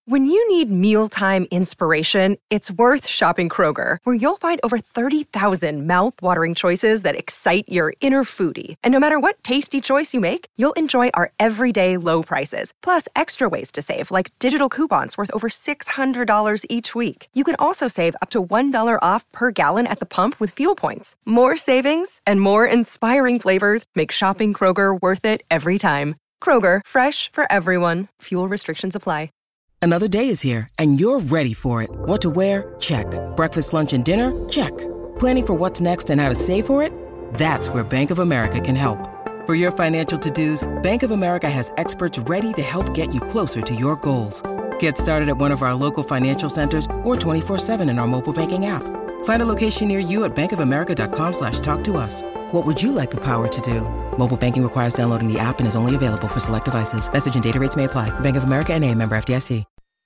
When you need mealtime inspiration, it's worth shopping Kroger, where you'll find over 30,000 mouth-watering choices that excite your inner foodie. And no matter what tasty choice you make, you'll enjoy our everyday low prices, plus extra ways to save, like digital coupons worth over $600 each week. You can also save up to $1 off per gallon at the pump with fuel points. More savings and more inspiring flavors make shopping Kroger worth it every time. Kroger, fresh for everyone. Fuel restrictions apply. Another day is here, and you're ready for it. What to wear? Check. Breakfast, lunch, and dinner? Check. Planning for what's next and how to save for it? That's where Bank of America can help. For your financial to-dos, Bank of America has experts ready to help get you closer to your goals. Get started at one of our local financial centers or 24/7 in our mobile banking app. Find a location near you at bankofamerica.com/talktous. What would you like the power to do? Mobile banking requires downloading the app and is only available for select devices. Message and data rates may apply. Bank of America N.A., member FDIC.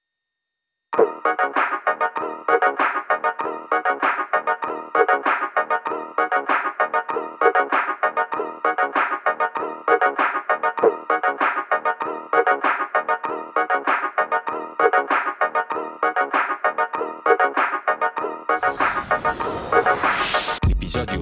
Episodio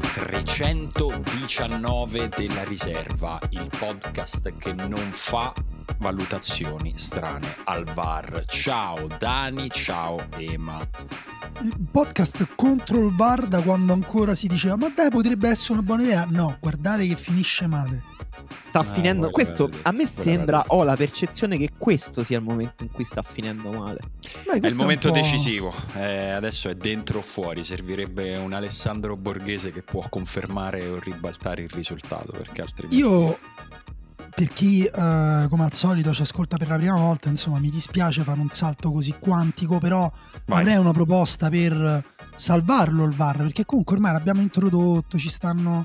319 della Riserva, il podcast che non fa valutazioni strane al VAR. Ciao Dani, ciao Ema. Il podcast contro il VAR da quando ancora si diceva ma dai, potrebbe essere una buona idea. No, guardate che finisce male. Sta finendo questo, a me sembra, ho la percezione che questo sia il momento in cui sta finendo male. È il momento decisivo, adesso è dentro o fuori. Servirebbe un Alessandro Borghese che può confermare o ribaltare il risultato, perché altrimenti... Io, per chi come al solito ci ascolta per la prima volta, insomma, mi dispiace fare un salto così quantico, però avrei una proposta per salvarlo il VAR, perché comunque ormai l'abbiamo introdotto, ci stanno...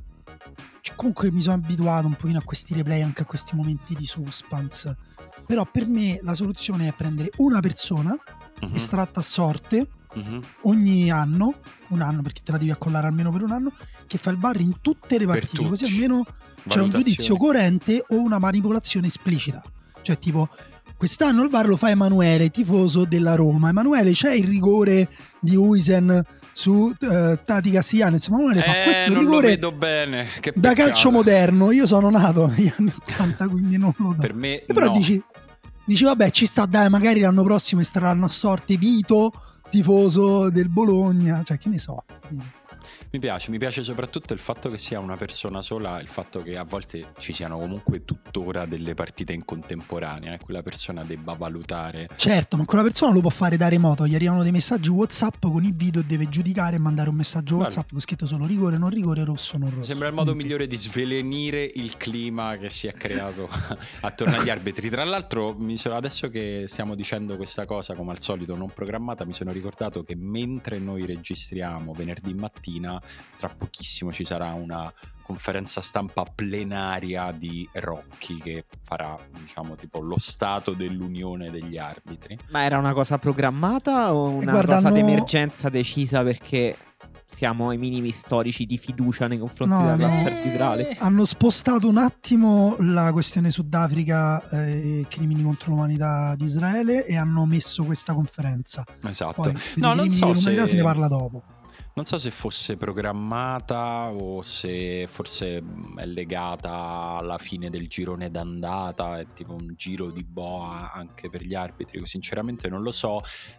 Comunque mi sono abituato un pochino a questi replay, anche a questi momenti di suspense. Però per me la soluzione è prendere una persona estratta a sorte ogni anno, un anno, perché te la devi accollare almeno per un anno, che fa il VAR in tutte le partite, così almeno c'è un giudizio coerente o una manipolazione esplicita. Cioè tipo, quest'anno il VAR lo fa Emanuele, tifoso della Roma. Emanuele, c'è il rigore di Huijsen su Tati Castigliano, insomma uno le fa questo non rigore, lo vedo bene, che da peccato. Calcio moderno. Io sono nato negli anni 80, quindi non lo do. Per me però no. dici vabbè, ci sta, dai, magari l'anno prossimo estrarranno a sorte Vito, tifoso del Bologna, cioè che ne so. Mi piace soprattutto il fatto che sia una persona sola, il fatto che a volte ci siano comunque tuttora delle partite in contemporanea, quella persona debba valutare. Certo, ma quella persona lo può fare da remoto, gli arrivano dei messaggi WhatsApp con il video e deve giudicare e mandare un messaggio WhatsApp con scritto solo rigore, non rigore, rosso, non rosso. Sembra il modo migliore di svelenire il clima che si è creato attorno agli arbitri. Tra l'altro, adesso che stiamo dicendo questa cosa, come al solito non programmata, mi sono ricordato che mentre noi registriamo venerdì mattina, tra pochissimo ci sarà una conferenza stampa plenaria di Rocchi che farà, diciamo, tipo lo stato dell'unione degli arbitri. Ma era una cosa programmata o una cosa d'emergenza decisa perché siamo ai minimi storici di fiducia nei confronti della classe arbitrale? Hanno spostato un attimo la questione Sudafrica e crimini contro l'umanità di Israele e hanno messo questa conferenza. Esatto. Poi, non so l'umanità se ne parla dopo. Non so se fosse programmata o se forse è legata alla fine del girone d'andata, è tipo un giro di boa anche per gli arbitri, sinceramente non lo so.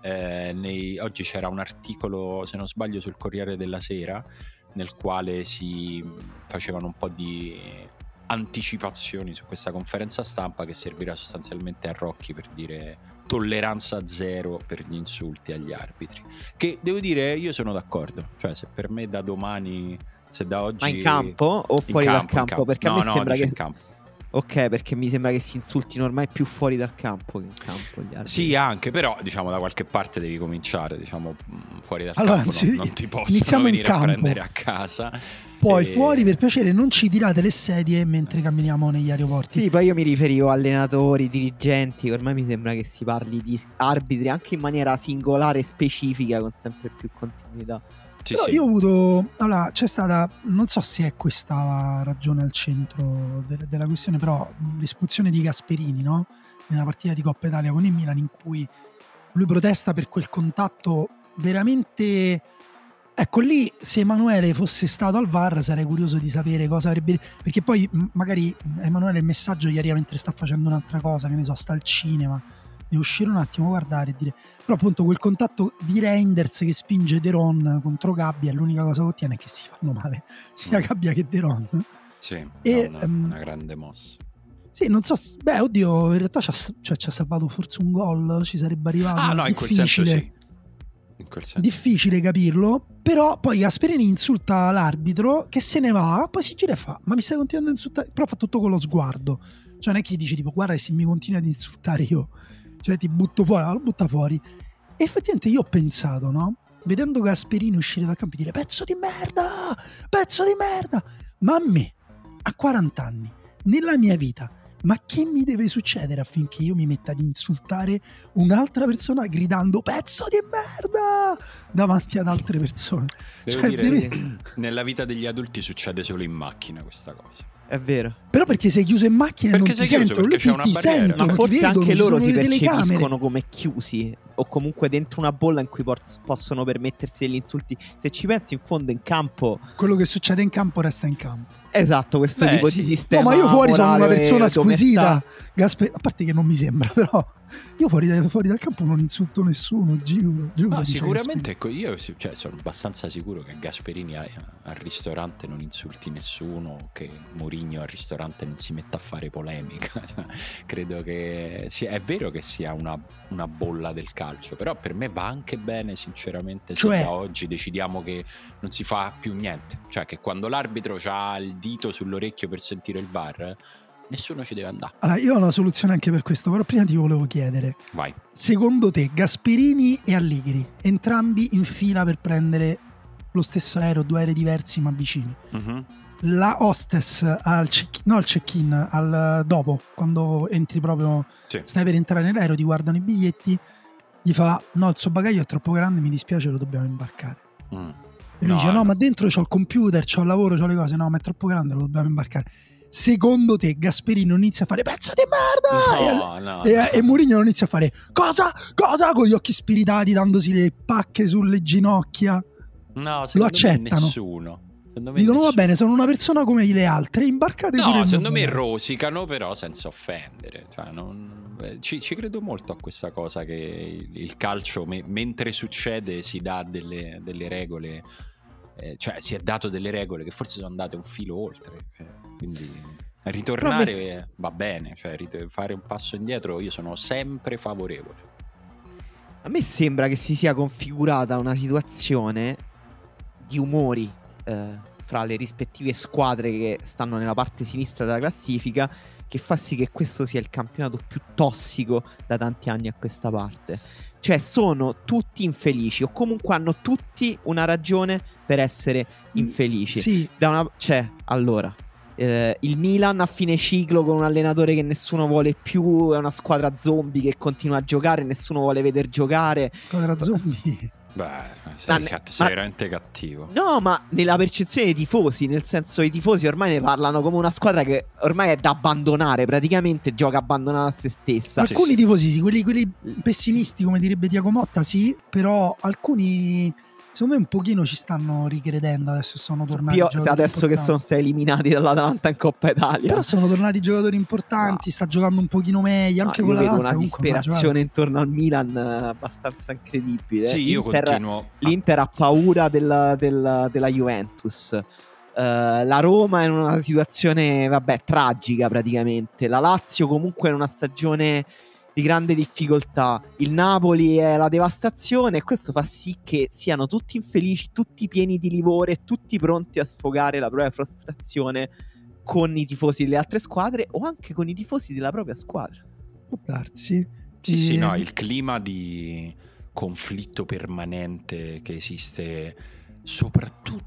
Oggi c'era un articolo, se non sbaglio, sul Corriere della Sera, nel quale si facevano un po' di anticipazioni su questa conferenza stampa che servirà sostanzialmente a Rocchi per dire tolleranza zero per gli insulti agli arbitri, che devo dire io sono d'accordo, cioè se per me da domani, se da oggi... Ma in campo o fuori dal campo? Perché no, a me sembra che... in campo. Ok, perché mi sembra che si insultino ormai più fuori dal campo che in campo gli arbitri. Sì, anche, però diciamo da qualche parte devi cominciare, diciamo fuori dal allora, campo non ti possono venire a prendere a casa. Poi fuori, per piacere, non ci tirate le sedie mentre camminiamo negli aeroporti. Sì, poi io mi riferivo a allenatori, dirigenti. Ormai mi sembra che si parli di arbitri anche in maniera singolare e specifica, con sempre più continuità. Però io ho avuto, allora c'è stata, non so se è questa la ragione al centro della questione, però l'espulsione di Gasperini, no? nella partita di Coppa Italia con il Milan, in cui lui protesta per quel contatto veramente... Ecco, lì se Emanuele fosse stato al VAR sarei curioso di sapere cosa avrebbe, perché poi magari Emanuele il messaggio gli arriva mentre sta facendo un'altra cosa, che ne so, sta al cinema, deve uscire un attimo, guardare e dire. Però appunto quel contatto di Reinders che spinge De Ron contro Gabbia, l'unica cosa che ottiene è che si fanno male sia Gabbia che De Ron. Sì, e, una grande mossa. Sì, non so, beh, oddio, in realtà ci ha salvato forse un gol, ci sarebbe arrivato. No, in quel senso sì. In quel senso. Difficile capirlo, però poi Gasperini insulta l'arbitro che se ne va, poi si gira e fa: ma mi stai continuando a insultare? Però fa tutto con lo sguardo, cioè non è che gli dice tipo guarda che se mi continui ad insultare io, cioè ti butto fuori, lo butta fuori. E effettivamente io ho pensato, no? Vedendo Gasperini uscire dal campo e dire pezzo di merda, ma a me a 40 anni nella mia vita, ma che mi deve succedere affinché io mi metta ad insultare un'altra persona gridando pezzo di merda davanti ad altre persone? Devo dire, nella vita degli adulti succede solo in macchina questa cosa. È vero. Però perché sei chiuso in macchina e non ti sentono, lì ti sentono, ma forse ti vedono, anche loro si telecamere. percepiscono come chiusi o comunque dentro una bolla in cui possono permettersi degli insulti. Se ci pensi, in fondo in campo quello che succede in campo resta in campo. Esatto, questo tipo di sistema. No, ma io fuori sono una persona squisita. A parte che non mi sembra, però io fuori dal campo non insulto nessuno, giuro. No, sicuramente ecco, io sono abbastanza sicuro che Gasperini al ristorante non insulti nessuno, che Mourinho al ristorante non si metta a fare polemica. Credo che è vero che sia una bolla del calcio, però per me va anche bene sinceramente se da oggi decidiamo che non si fa più niente, cioè che quando l'arbitro c'ha il dito sull'orecchio per sentire il VAR nessuno ci deve andare. Allora io ho una soluzione anche per questo, però prima ti volevo chiedere, vai, secondo te Gasperini e Allegri entrambi in fila per prendere lo stesso aereo, 2 aerei diversi ma vicini, la hostess al check-in, dopo, quando entri proprio, stai per entrare nell'aereo, ti guardano i biglietti, gli fa no, il suo bagaglio è troppo grande, mi dispiace, lo dobbiamo imbarcare. E lui dice no, ma dentro c'ho il computer, c'ho il lavoro, c'ho le cose, no, ma è troppo grande, lo dobbiamo imbarcare. Secondo te Gasperini non inizia a fare pezzo di merda? E Mourinho non inizia a fare cosa? Con gli occhi spiritati, dandosi le pacche sulle ginocchia? No, lo accettano. Nessuno. Dicono va bene, sono una persona come le altre, imbarcate pure. No, secondo me rosicano, però senza offendere, cioè, ci credo molto a questa cosa che il calcio mentre succede si dà delle regole, cioè si è dato delle regole che forse sono andate un filo oltre, quindi ritornare va bene, cioè fare un passo indietro io sono sempre favorevole. A me sembra che si sia configurata una situazione di umori fra le rispettive squadre che stanno nella parte sinistra della classifica, che fa sì che questo sia il campionato più tossico da tanti anni a questa parte. Cioè sono tutti infelici, o comunque hanno tutti una ragione per essere infelici. Sì. Allora il Milan a fine ciclo con un allenatore che nessuno vuole più, è una squadra zombie che continua a giocare, nessuno vuole vedere giocare. Squadra zombie. Beh, sei veramente cattivo. No, ma nella percezione dei tifosi, nel senso i tifosi ormai ne parlano come una squadra che ormai è da abbandonare, praticamente gioca abbandonata a se stessa. Alcuni tifosi sì, quelli pessimisti come direbbe Diaco Motta sì, però alcuni secondo me un pochino ci stanno ricredendo, adesso sono tornati adesso importanti. Che sono stati eliminati dall'Atalanta in Coppa Italia. Però sono tornati giocatori importanti, sta giocando un pochino meglio, anche con l'Atalanta. Una disperazione intorno al Milan abbastanza incredibile. Sì, io continuo. L'Inter ha paura della Juventus. La Roma è in una situazione, tragica praticamente. La Lazio comunque è in una stagione di grande difficoltà. Il Napoli è la devastazione, e questo fa sì che siano tutti infelici, tutti pieni di livore, tutti pronti a sfogare la propria frustrazione con i tifosi delle altre squadre o anche con i tifosi della propria squadra. Può darsi. Sì, no, il clima di conflitto permanente che esiste soprattutto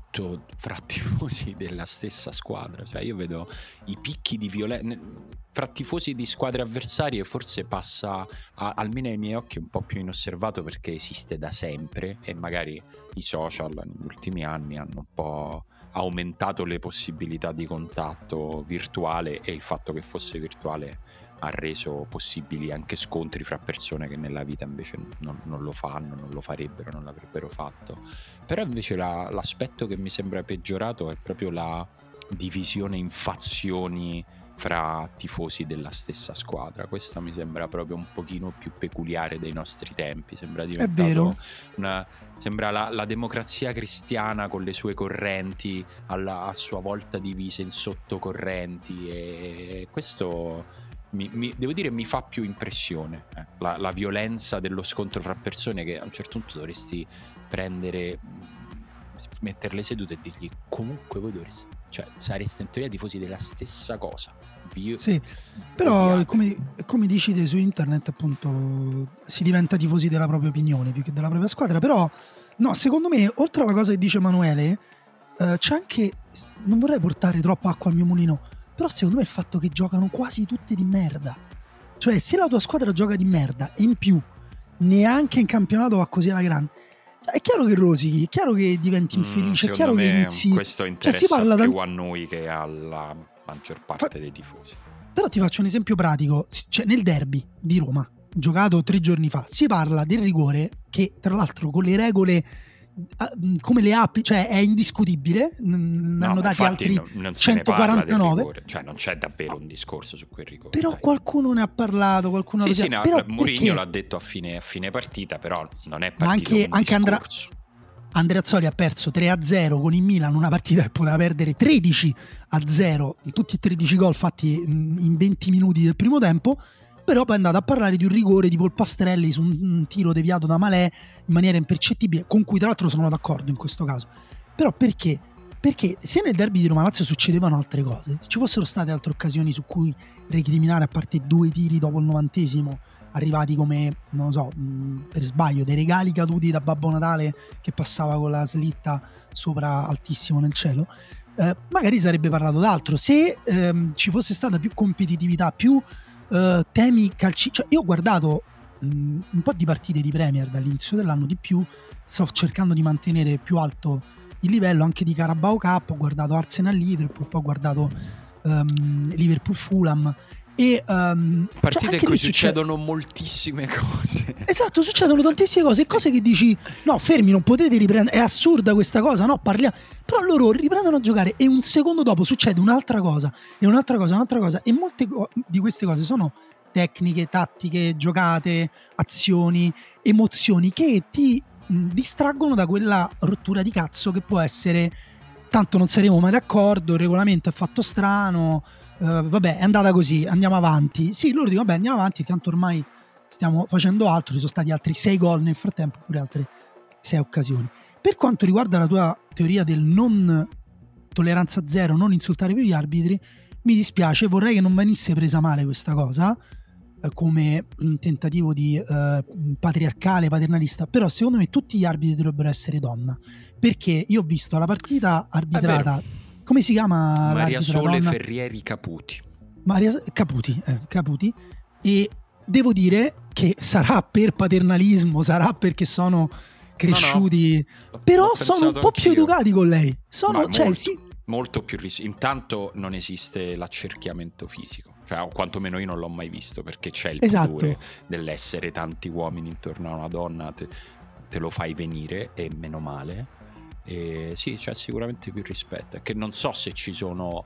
soprattutto fra tifosi della stessa squadra. Cioè io vedo i picchi di violenza fra tifosi di squadre avversarie, forse passa almeno ai miei occhi un po' più inosservato, perché esiste da sempre e magari i social negli ultimi anni hanno un po' aumentato le possibilità di contatto virtuale, e il fatto che fosse virtuale ha reso possibili anche scontri fra persone che nella vita invece non lo fanno, non lo farebbero, non l'avrebbero fatto. Però invece l'aspetto che mi sembra peggiorato è proprio la divisione in fazioni fra tifosi della stessa squadra. Questa mi sembra proprio un pochino più peculiare dei nostri tempi. Sembra diventato sembra la democrazia cristiana con le sue correnti a sua volta divise in sottocorrenti, e questo devo dire mi fa più impressione, la violenza dello scontro fra persone, che a un certo punto dovresti prendere, metterle sedute e dirgli: comunque voi dovreste, cioè sareste in teoria tifosi della stessa cosa. Sì, però come dici te su internet, appunto, si diventa tifosi della propria opinione più che della propria squadra. Però no, secondo me, oltre alla cosa che dice Emanuele, c'è anche, non vorrei portare troppa acqua al mio mulino, però secondo me il fatto che giocano quasi tutte di merda. Cioè, se la tua squadra gioca di merda e in più neanche in campionato va così alla grande, è chiaro che rosichi, è chiaro che diventi infelice, è chiaro che inizi. Questo interessa, cioè, si parla più a noi che alla maggior parte dei tifosi. Però ti faccio un esempio pratico. Cioè, nel derby di Roma, giocato 3 giorni fa, si parla del rigore che, tra l'altro, con le regole come le app, cioè è indiscutibile. Hanno dati altri non 149. Cioè non c'è davvero un discorso su quel rigore. Però qualcuno ne ha parlato, qualcuno però Mourinho l'ha detto a fine partita, però non è partito anche Andreazzoli ha perso 3-0 con il Milan, una partita che poteva perdere 13-0, tutti e 13 gol fatti in 20 minuti del primo tempo. Però poi è andato a parlare di un rigore di Polpastrelli su un tiro deviato da Malè in maniera impercettibile, con cui tra l'altro sono d'accordo in questo caso. Però perché? Perché se nel derby di Roma-Lazio succedevano altre cose, se ci fossero state altre occasioni su cui recriminare, a parte 2 tiri dopo il 90°, arrivati come, non lo so, per sbaglio, dei regali caduti da Babbo Natale che passava con la slitta sopra altissimo nel cielo, magari sarebbe parlato d'altro. Se ci fosse stata più competitività, più temi calci, cioè io ho guardato un po' di partite di Premier dall'inizio dell'anno, di più sto cercando di mantenere più alto il livello anche di Carabao Cup. Ho guardato Arsenal-Liverpool, poi ho guardato Liverpool-Fulham e partite in cui succedono moltissime cose. Esatto, succedono tantissime cose, cose che dici no, fermi, non potete riprendere, è assurda questa cosa, no, parliamo. Però loro riprendono a giocare e un secondo dopo succede un'altra cosa e un'altra cosa, e molte di queste cose sono tecniche, tattiche, giocate, azioni, emozioni che ti distraggono da quella rottura di cazzo che può essere: tanto non saremo mai d'accordo, il regolamento è fatto strano, vabbè, è andata così, andiamo avanti. Sì, loro dicono vabbè, andiamo avanti, tanto ormai stiamo facendo altro, ci sono stati altri 6 gol nel frattempo, pure altre 6 occasioni. Per quanto riguarda la tua teoria del non tolleranza zero, non insultare più gli arbitri, mi dispiace, vorrei che non venisse presa male questa cosa come un tentativo di patriarcale, paternalista. Però secondo me tutti gli arbitri dovrebbero essere donna, perché io ho visto la partita arbitrata, come si chiama? Maria Sole Ferrieri Caputi. Caputi, e devo dire che sarà per paternalismo, sarà perché sono cresciuti, no, però sono un po' più educati con lei. Molto più intanto non esiste l'accerchiamento fisico, cioè o quantomeno io non l'ho mai visto, perché c'è il pudore dell'essere tanti uomini intorno a una donna, te lo fai venire, e meno male. E sì, c'è sicuramente più rispetto. È che non so se ci sono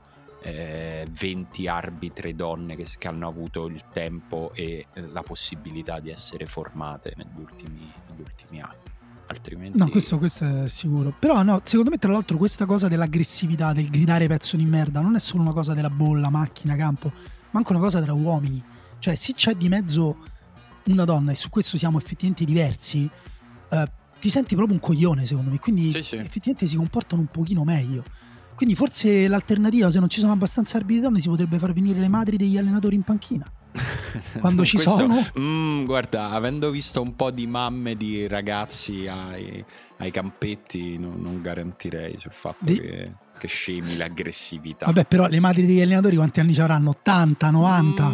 20 arbitre donne che hanno avuto il tempo e la possibilità di essere formate negli ultimi anni. Altrimenti no, questo è sicuro. Però no, secondo me tra l'altro questa cosa dell'aggressività, del gridare pezzo di merda, non è solo una cosa della bolla, macchina, campo, ma anche una cosa tra uomini. Cioè, se c'è di mezzo una donna, e su questo siamo effettivamente diversi, ti senti proprio un coglione, secondo me. Quindi sì. Effettivamente si comportano un pochino meglio. Quindi forse l'alternativa, se non ci sono abbastanza arbitri donne, si potrebbe far venire le madri degli allenatori in panchina. quando ci Questo, sono. Guarda, avendo visto un po' di mamme di ragazzi ai campetti, non garantirei sul fatto che scemi l'aggressività. Vabbè, però le madri degli allenatori quanti anni ci avranno? 80, 90?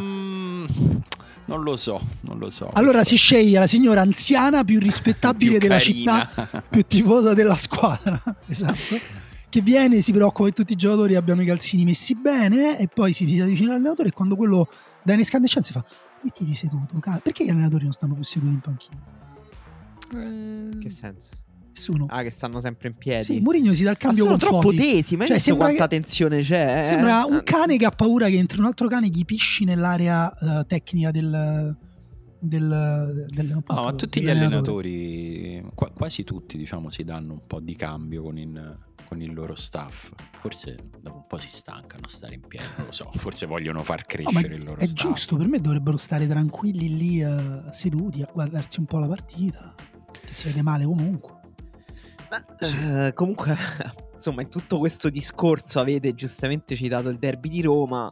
Non lo so. Allora si sceglie la signora anziana più rispettabile più della carina. città, più tifosa della squadra, esatto, che viene, si preoccupa che tutti i giocatori abbiano i calzini messi bene, e poi si avvicina all'allenatore, e quando quello dà in escandescenza fa: mettiti seduto, perché gli allenatori non stanno più seduti in panchina? Che senso? Nessuno. Che stanno sempre in piedi. Sì, Mourinho si dà il cambio sono con troppo Foti. tesi, ma Cioè, sembra quanta che- tensione c'è. Sembra un cane che ha paura che entri un altro cane, gli pisci nell'area tecnica del No, ma tutti gli dell'allenatore. allenatori, quasi tutti, diciamo, si danno un po' di cambio con il loro staff. Forse dopo un po' si stancano a stare in piedi, non lo so. Forse vogliono far No, ma crescere il loro è staff. giusto, per me dovrebbero stare tranquilli lì seduti a guardarsi un po' la partita, che si vede male comunque. Comunque, insomma, in tutto questo discorso avete giustamente citato il derby di Roma.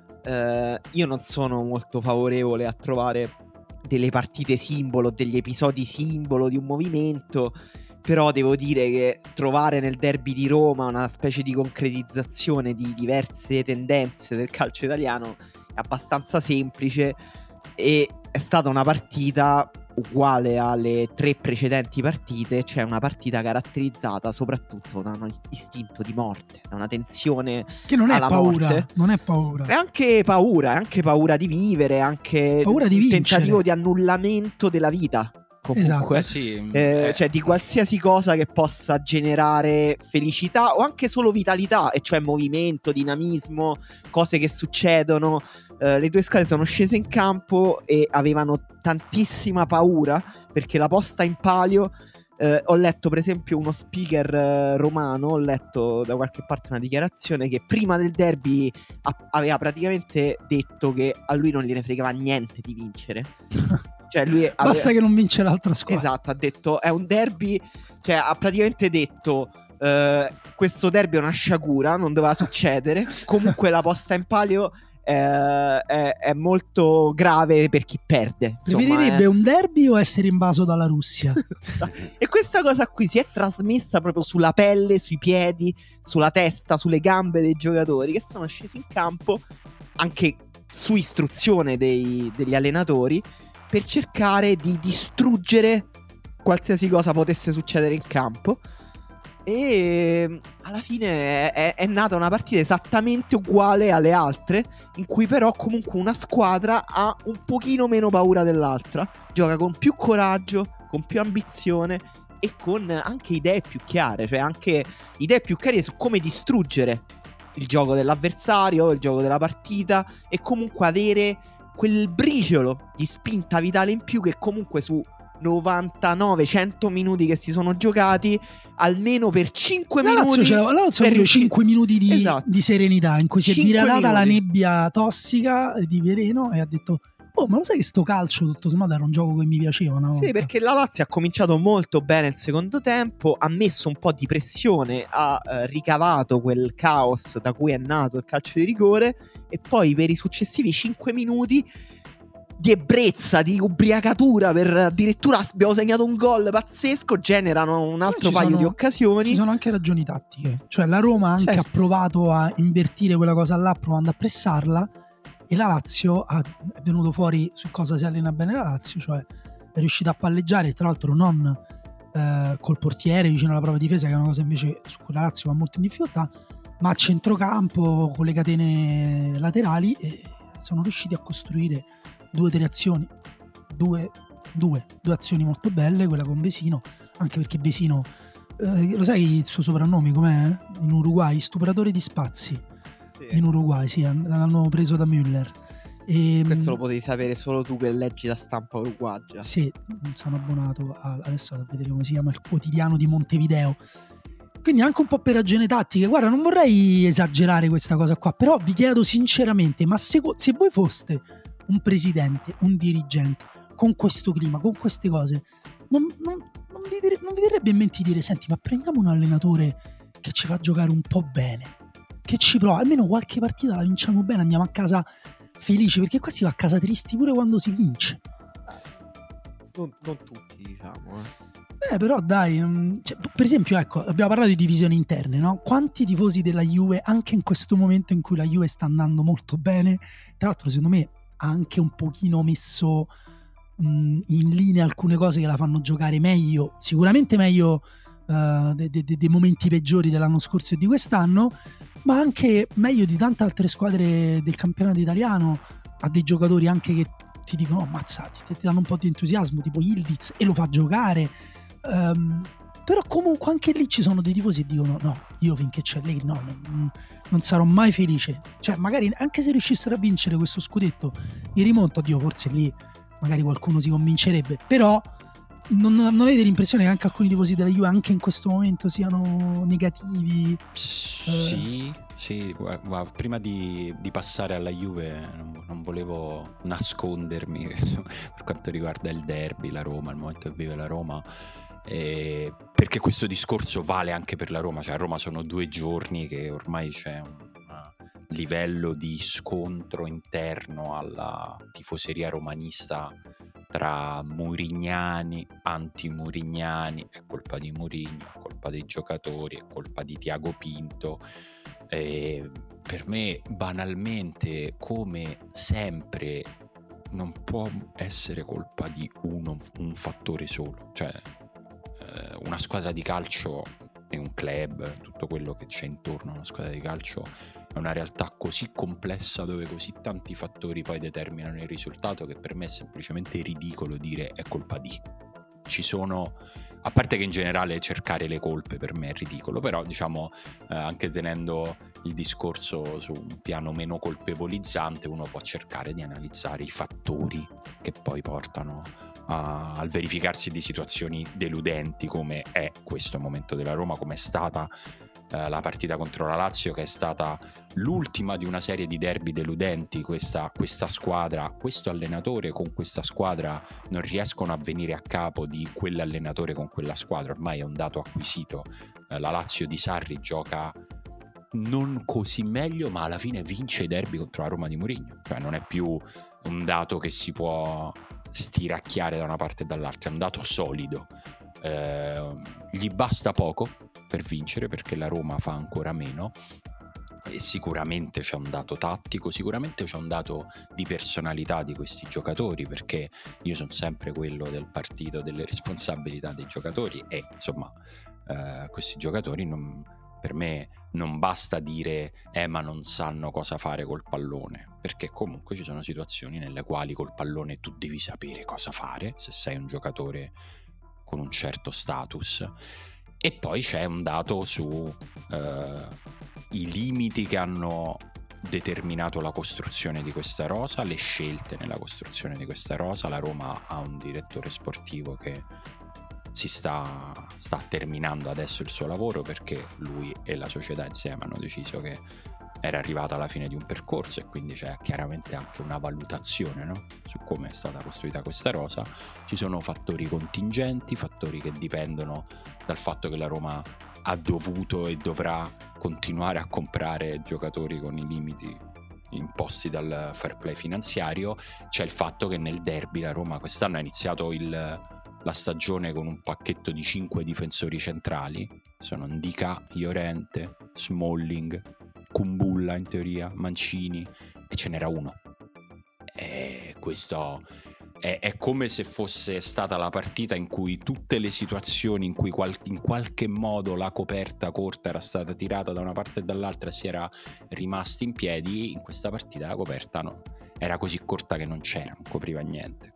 Io non sono molto favorevole a trovare delle partite simbolo, degli episodi simbolo di un movimento, però devo dire che trovare nel derby di Roma una specie di concretizzazione di diverse tendenze del calcio italiano è abbastanza semplice, e è stata una partita uguale alle 3 precedenti partite, cioè una partita caratterizzata soprattutto da un istinto di morte, da una tensione Che non è alla paura, morte. non è paura. È anche paura di vivere, anche Paura di un vincere. tentativo di annullamento della vita. Comunque, Sì, cioè di qualsiasi cosa che possa generare felicità o anche solo vitalità, e cioè movimento, dinamismo, cose che succedono. Le due squadre sono scese in campo e avevano tantissima paura, perché la posta in palio, ho letto per esempio uno speaker romano, ho letto da qualche parte una dichiarazione che prima del derby aveva praticamente detto che a lui non gliene fregava niente di vincere. Cioè lui Basta che non vince l'altra squadra. Esatto, ha detto è un derby, cioè ha praticamente detto questo derby è una sciagura, non doveva succedere. Comunque la posta in palio è molto grave per chi perde. Preferirebbe un derby o essere invaso dalla Russia? E questa cosa qui si è trasmessa proprio sulla pelle, sui piedi, sulla testa, sulle gambe dei giocatori che sono scesi in campo, anche su istruzione degli allenatori, per cercare di distruggere qualsiasi cosa potesse succedere in campo. E alla fine è nata una partita esattamente uguale alle altre, in cui però comunque una squadra ha un pochino meno paura dell'altra, gioca con più coraggio, con più ambizione e con anche idee più chiare, cioè anche idee più chiare su come distruggere il gioco dell'avversario, il gioco della partita, e comunque avere quel briciolo di spinta vitale in più che comunque su 99-100 minuti che si sono giocati, almeno per 5 minuti La Lazio ha avuto 5 minuti di serenità in cui si è 5 diradata la minuti. nebbia tossica di veleno e ha detto: oh, ma lo sai che sto calcio tutto sommato era un gioco che mi piaceva una volta? Sì, perché la Lazio ha cominciato molto bene il secondo tempo, ha messo un po' di pressione, ha ricavato quel caos da cui è nato il calcio di rigore, e poi per i successivi 5 minuti di ebbrezza, di ubriacatura, per addirittura abbiamo segnato un gol pazzesco, generano un altro paio di occasioni. Ci sono anche ragioni tattiche, cioè la Roma anche Certo. ha provato a invertire quella cosa là provando a pressarla, e la Lazio è venuto fuori su cosa si allena bene la Lazio, cioè è riuscita a palleggiare, tra l'altro non col portiere vicino alla propria difesa, che è una cosa invece su cui la Lazio va molto in difficoltà, ma a centrocampo con le catene laterali, e sono riusciti a costruire due azioni molto belle, quella con Vesino, anche perché Vesino, lo sai il suo soprannome com'è? In Uruguay, stupratore di spazi. Sì. In Uruguay, sì, l'hanno preso da Müller. Questo lo potevi sapere solo tu che leggi la stampa uruguagia. Sì, sono abbonato adesso a vedere come si chiama il quotidiano di Montevideo. Quindi anche un po' per ragioni tattiche. Guarda, non vorrei esagerare questa cosa qua, però vi chiedo sinceramente, ma se voi foste un presidente, un dirigente, con questo clima, con queste cose, non vi verrebbe in mente di dire: senti, ma prendiamo un allenatore che ci fa giocare un po' bene, che ci prova, almeno qualche partita la vinciamo bene, andiamo a casa felici, perché qua si va a casa tristi pure quando si vince. Non tutti, diciamo. Però dai, cioè, per esempio, ecco, abbiamo parlato di divisioni interne, no? Quanti tifosi della Juve, anche in questo momento in cui la Juve sta andando molto bene, tra l'altro secondo me ha anche un pochino messo in linea alcune cose che la fanno giocare meglio, sicuramente meglio dei momenti peggiori dell'anno scorso e di quest'anno, ma anche meglio di tante altre squadre del campionato italiano. Ha dei giocatori anche che ti dicono ammazzati, ti danno un po' di entusiasmo, tipo Yildiz, e lo fa giocare. Però comunque anche lì ci sono dei tifosi che dicono no, io finché c'è lei non sarò mai felice. Cioè magari anche se riuscissero a vincere questo scudetto in rimonta, oddio, forse lì magari qualcuno si convincerebbe, però non avete l'impressione che anche alcuni tifosi della Juve anche in questo momento siano negativi? Sì, guarda, prima di passare alla Juve non volevo nascondermi per quanto riguarda il derby, la Roma, il momento che vive la Roma, perché questo discorso vale anche per la Roma. Cioè a Roma sono 2 giorni che ormai c'è un livello di scontro interno alla tifoseria romanista tra murignani, anti-murignani. È colpa di Mourinho, è colpa dei giocatori, è colpa di Tiago Pinto. Per me banalmente, come sempre, non può essere colpa di un fattore solo. Cioè una squadra di calcio è un club, tutto quello che c'è intorno a una squadra di calcio è una realtà così complessa dove così tanti fattori poi determinano il risultato, che per me è semplicemente ridicolo dire è colpa di. Ci sono, a parte che in generale cercare le colpe per me è ridicolo, però diciamo anche tenendo il discorso su un piano meno colpevolizzante, uno può cercare di analizzare i fattori che poi portano al verificarsi di situazioni deludenti, come è questo momento della Roma, come è stata la partita contro la Lazio, che è stata l'ultima di una serie di derby deludenti. Questa squadra, questo allenatore con questa squadra non riescono a venire a capo di quell'allenatore con quella squadra, ormai è un dato acquisito. La Lazio di Sarri gioca non così meglio, ma alla fine vince i derby contro la Roma di Mourinho. Cioè non è più un dato che si può stiracchiare da una parte e dall'altra, è un dato solido. Gli basta poco per vincere, perché la Roma fa ancora meno, e sicuramente c'è un dato tattico, sicuramente c'è un dato di personalità di questi giocatori, perché io sono sempre quello del partito delle responsabilità dei giocatori, e insomma questi giocatori per me non basta dire ma non sanno cosa fare col pallone, perché comunque ci sono situazioni nelle quali col pallone tu devi sapere cosa fare se sei un giocatore con un certo status. E poi c'è un dato su i limiti che hanno determinato la costruzione di questa rosa, le scelte nella costruzione di questa rosa. La Roma ha un direttore sportivo che si sta terminando adesso il suo lavoro, perché lui e la società insieme hanno deciso che era arrivata alla fine di un percorso, e quindi c'è chiaramente anche una valutazione, no? Su come è stata costruita questa rosa. Ci sono fattori contingenti, fattori che dipendono dal fatto che la Roma ha dovuto e dovrà continuare a comprare giocatori con i limiti imposti dal fair play finanziario. C'è il fatto che nel derby la Roma quest'anno ha iniziato la stagione con un pacchetto di 5 difensori centrali. Sono Ndicà, Llorente, Smalling, Kumbulla in teoria, Mancini, e ce n'era uno. E questo è come se fosse stata la partita in cui tutte le situazioni in cui in qualche modo la coperta corta era stata tirata da una parte e dall'altra e si era rimasti in piedi. In questa partita la coperta era così corta che non c'era, non copriva niente.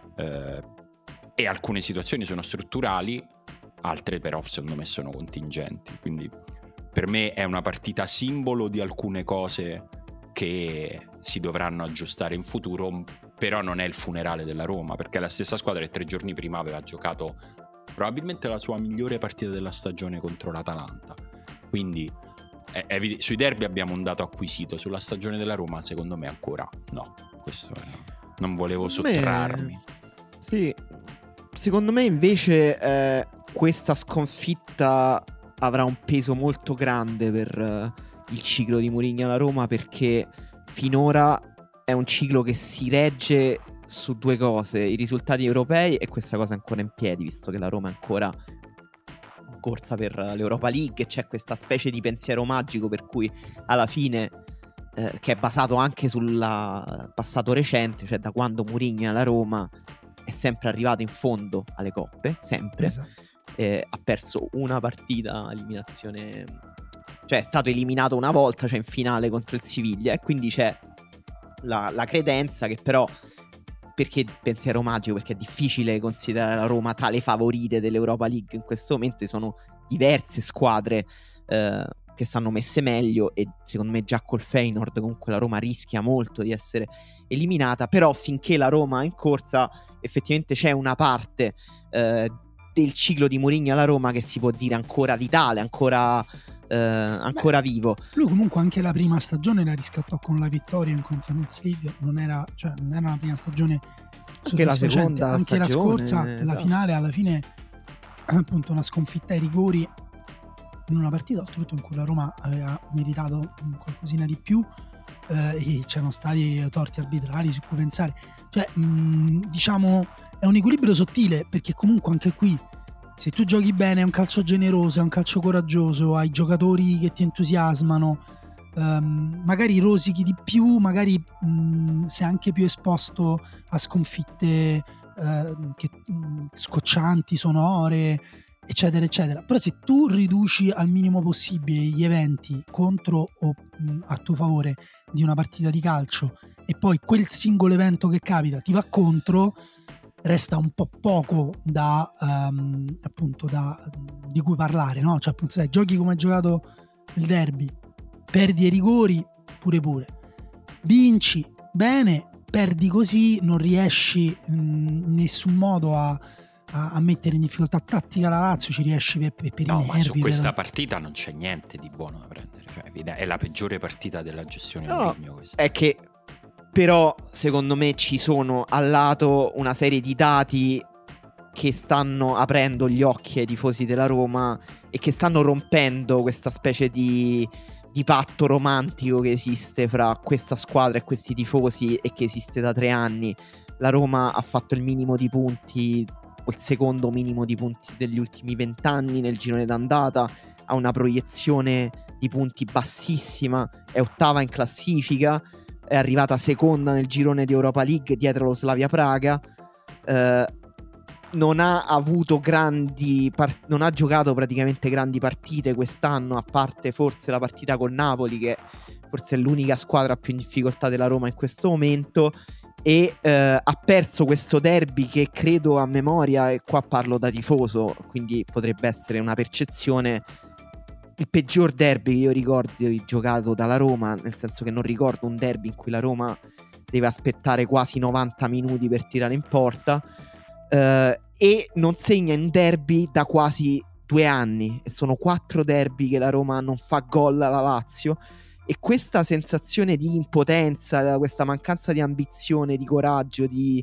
E alcune situazioni sono strutturali, altre però secondo me sono contingenti. Quindi per me è una partita simbolo di alcune cose che si dovranno aggiustare in futuro, però non è il funerale della Roma, perché la stessa squadra che 3 giorni prima aveva giocato probabilmente la sua migliore partita della stagione contro l'Atalanta. Quindi sui derby abbiamo un dato acquisito, sulla stagione della Roma secondo me ancora no. Questo non volevo sottrarmi. Sì, secondo me invece questa sconfitta avrà un peso molto grande per il ciclo di Mourinho alla Roma, perché finora è un ciclo che si regge su due cose: i risultati europei e questa cosa ancora in piedi, visto che la Roma è ancora in corsa per l'Europa League. C'è questa specie di pensiero magico per cui alla fine, che è basato anche sul passato recente, cioè da quando Mourinho è alla Roma è sempre arrivato in fondo alle coppe, sempre. Esatto. Ha perso una partita, eliminazione, cioè è stato eliminato una volta, cioè in finale contro il Siviglia, e quindi c'è la credenza che però, perché pensiero magico, perché è difficile considerare la Roma tra le favorite dell'Europa League in questo momento. Ci sono diverse squadre che stanno messe meglio, e secondo me già col Feyenoord comunque la Roma rischia molto di essere eliminata. Però finché la Roma è in corsa, effettivamente c'è una parte del ciclo di Mourinho alla Roma che si può dire ancora vitale, ancora vivo. Lui comunque anche la prima stagione la riscattò con la vittoria in Conference League, non era una prima stagione anche la seconda anche stagione, la scorsa, esatto. La finale alla fine appunto una sconfitta ai rigori in una partita oltretutto in cui la Roma aveva meritato qualcosina di più, e c'erano stati torti arbitrari su cui pensare, cioè diciamo è un equilibrio sottile, perché comunque anche qui se tu giochi bene è un calcio generoso, è un calcio coraggioso, hai giocatori che ti entusiasmano, magari rosichi di più, magari sei anche più esposto a sconfitte scoccianti, sonore, eccetera eccetera. Però se tu riduci al minimo possibile gli eventi contro o a tuo favore di una partita di calcio, e poi quel singolo evento che capita ti va contro, resta un po' poco di cui parlare, no? Cioè appunto sai, giochi come hai giocato il derby, perdi ai rigori pure, vinci bene, perdi così, non riesci in nessun modo a mettere in difficoltà tattica la Lazio, ci riesci per i nervi. Ma su questa partita non c'è niente di buono da prendere, cioè è la peggiore partita della gestione Mourinho questa. È che però secondo me ci sono al lato una serie di dati che stanno aprendo gli occhi ai tifosi della Roma e che stanno rompendo questa specie di patto romantico che esiste fra questa squadra e questi tifosi, e che esiste da 3 anni. La Roma ha fatto il minimo di punti, o il secondo minimo di punti degli ultimi 20 anni nel girone d'andata, ha una proiezione di punti bassissima, è ottava in classifica, è arrivata seconda nel girone di Europa League dietro lo Slavia Praga, non ha avuto non ha giocato praticamente grandi partite quest'anno, a parte forse la partita con Napoli, che forse è l'unica squadra più in difficoltà della Roma in questo momento, e ha perso questo derby che credo, a memoria, e qua parlo da tifoso, quindi potrebbe essere una percezione, il peggior derby che io ricordi giocato dalla Roma, nel senso che non ricordo un derby in cui la Roma deve aspettare quasi 90 minuti per tirare in porta, e non segna in derby da quasi 2 anni, e sono 4 derby che la Roma non fa gol alla Lazio. E questa sensazione di impotenza, questa mancanza di ambizione, di coraggio, di